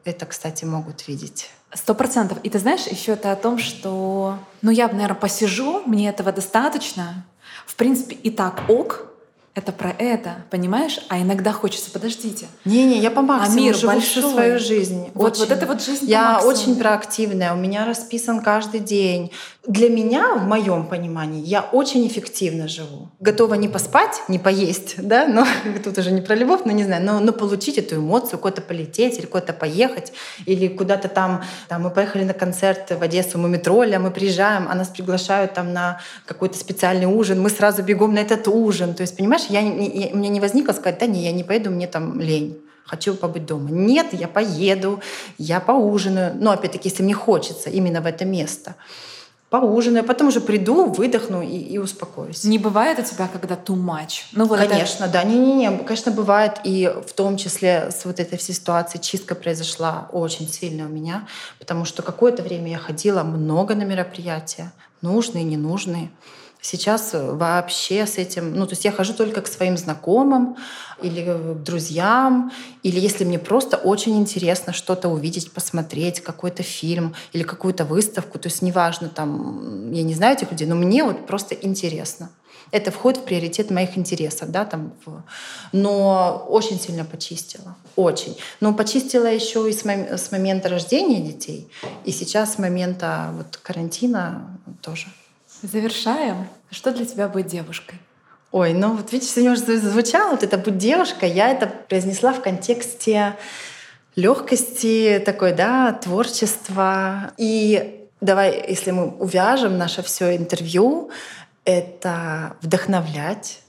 это, кстати, могут видеть. Сто процентов. И ты знаешь, еще это о том, что, ну, я, наверное, посижу, мне этого достаточно. В принципе, и так ок, это про это, понимаешь? А иногда хочется, подождите. Не-не, я по максимуму а мир живу большой. всю свою жизнь. Вот, очень. вот это вот жизнь Я по максимуму. очень проактивная, у меня расписан каждый день. Для меня, в моем понимании, я очень эффективно живу. Готова не поспать, не поесть, да, но тут уже не про любовь, но не знаю, но, но получить эту эмоцию, куда-то полететь или куда-то поехать, или куда-то там, там мы поехали на концерт в Одессу, мы метроля, мы приезжаем, а нас приглашают там на какой-то специальный ужин, мы сразу бегом на этот ужин. То есть, понимаешь, я, я, у меня не возникло сказать, да не, я не поеду, мне там лень. Хочу побыть дома. Нет, я поеду, я поужинаю. Но опять-таки, если мне хочется именно в это место. Поужинаю, потом уже приду, выдохну и, и успокоюсь. Не бывает у тебя, когда too much? Ну, вот конечно, это... да. Не-не-не, конечно, бывает. И в том числе с вот этой всей ситуацией чистка произошла очень сильно у меня, потому что какое-то время я ходила много на мероприятия, нужные, ненужные. Сейчас вообще с этим... Ну, то есть я хожу только к своим знакомым или к друзьям, или если мне просто очень интересно что-то увидеть, посмотреть, какой-то фильм или какую-то выставку. То есть неважно, там, я не знаю этих людей, но мне вот просто интересно. Это входит в приоритет моих интересов, да, там. Но очень сильно почистила. Очень. Но почистила еще и с, мом- с момента рождения детей, и сейчас с момента вот карантина тоже. Завершаем. Что для тебя быть девушкой? Ой, ну вот видите, сегодня уже звучало, вот это «быть девушкой», я это произнесла в контексте легкости, такой, да, творчества. И давай, если мы увяжем наше все интервью, это вдохновлять,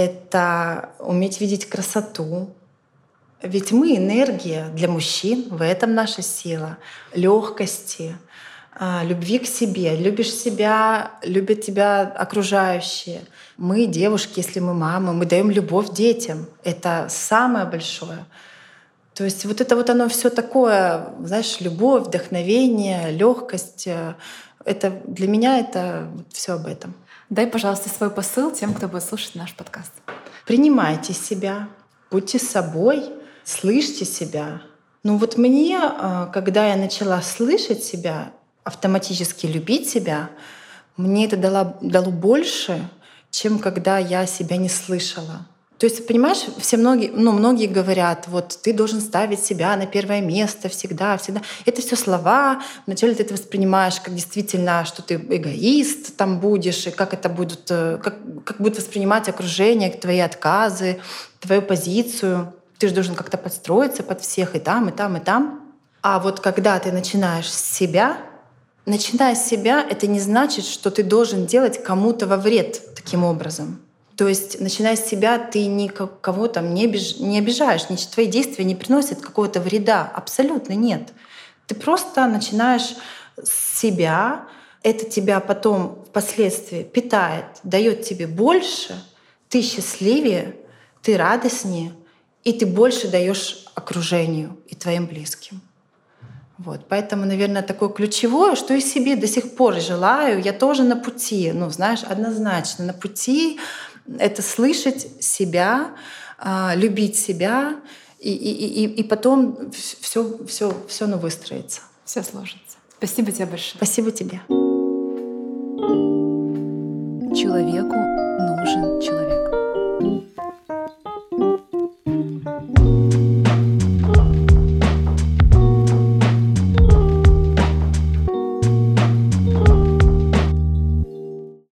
это уметь видеть красоту. Ведь мы — энергия для мужчин, в этом наша сила, легкости, любви к себе. Любишь себя, любят тебя окружающие. Мы, девушки, если мы мамы, мы даем любовь детям. Это самое большое. То есть вот это вот оно все такое, знаешь, любовь, вдохновение, легкость. Это для меня это все об этом. Дай, пожалуйста, свой посыл тем, кто будет слушать наш подкаст. Принимайте себя, будьте собой, слышьте себя. Ну вот мне, когда я начала слышать себя, автоматически любить себя, мне это дало, дало больше, чем когда я себя не слышала. То есть, понимаешь, все многие, ну, многие говорят, вот ты должен ставить себя на первое место всегда, всегда. Это все слова. Вначале ты это воспринимаешь как действительно, что ты эгоист там будешь, и как это будет, как, как будет воспринимать окружение, твои отказы, твою позицию. Ты же должен как-то подстроиться под всех и там, и там, и там. А вот когда ты начинаешь с себя, начиная с себя, это не значит, что ты должен делать кому-то во вред таким образом. То есть, начиная с себя, ты никого там не, обиж... не обижаешь, твои действия не приносят какого-то вреда. Абсолютно нет. Ты просто начинаешь с себя, это тебя потом впоследствии питает, дает тебе больше, ты счастливее, ты радостнее, и ты больше даешь окружению и твоим близким. Вот, поэтому, наверное, такое ключевое, что и себе до сих пор желаю. Я тоже на пути, ну, знаешь, однозначно на пути. Это слышать себя, любить себя, и, и, и, и потом все, все, все ну, выстроится. Все сложится. Спасибо тебе большое. Спасибо тебе. Человеку нужен человек.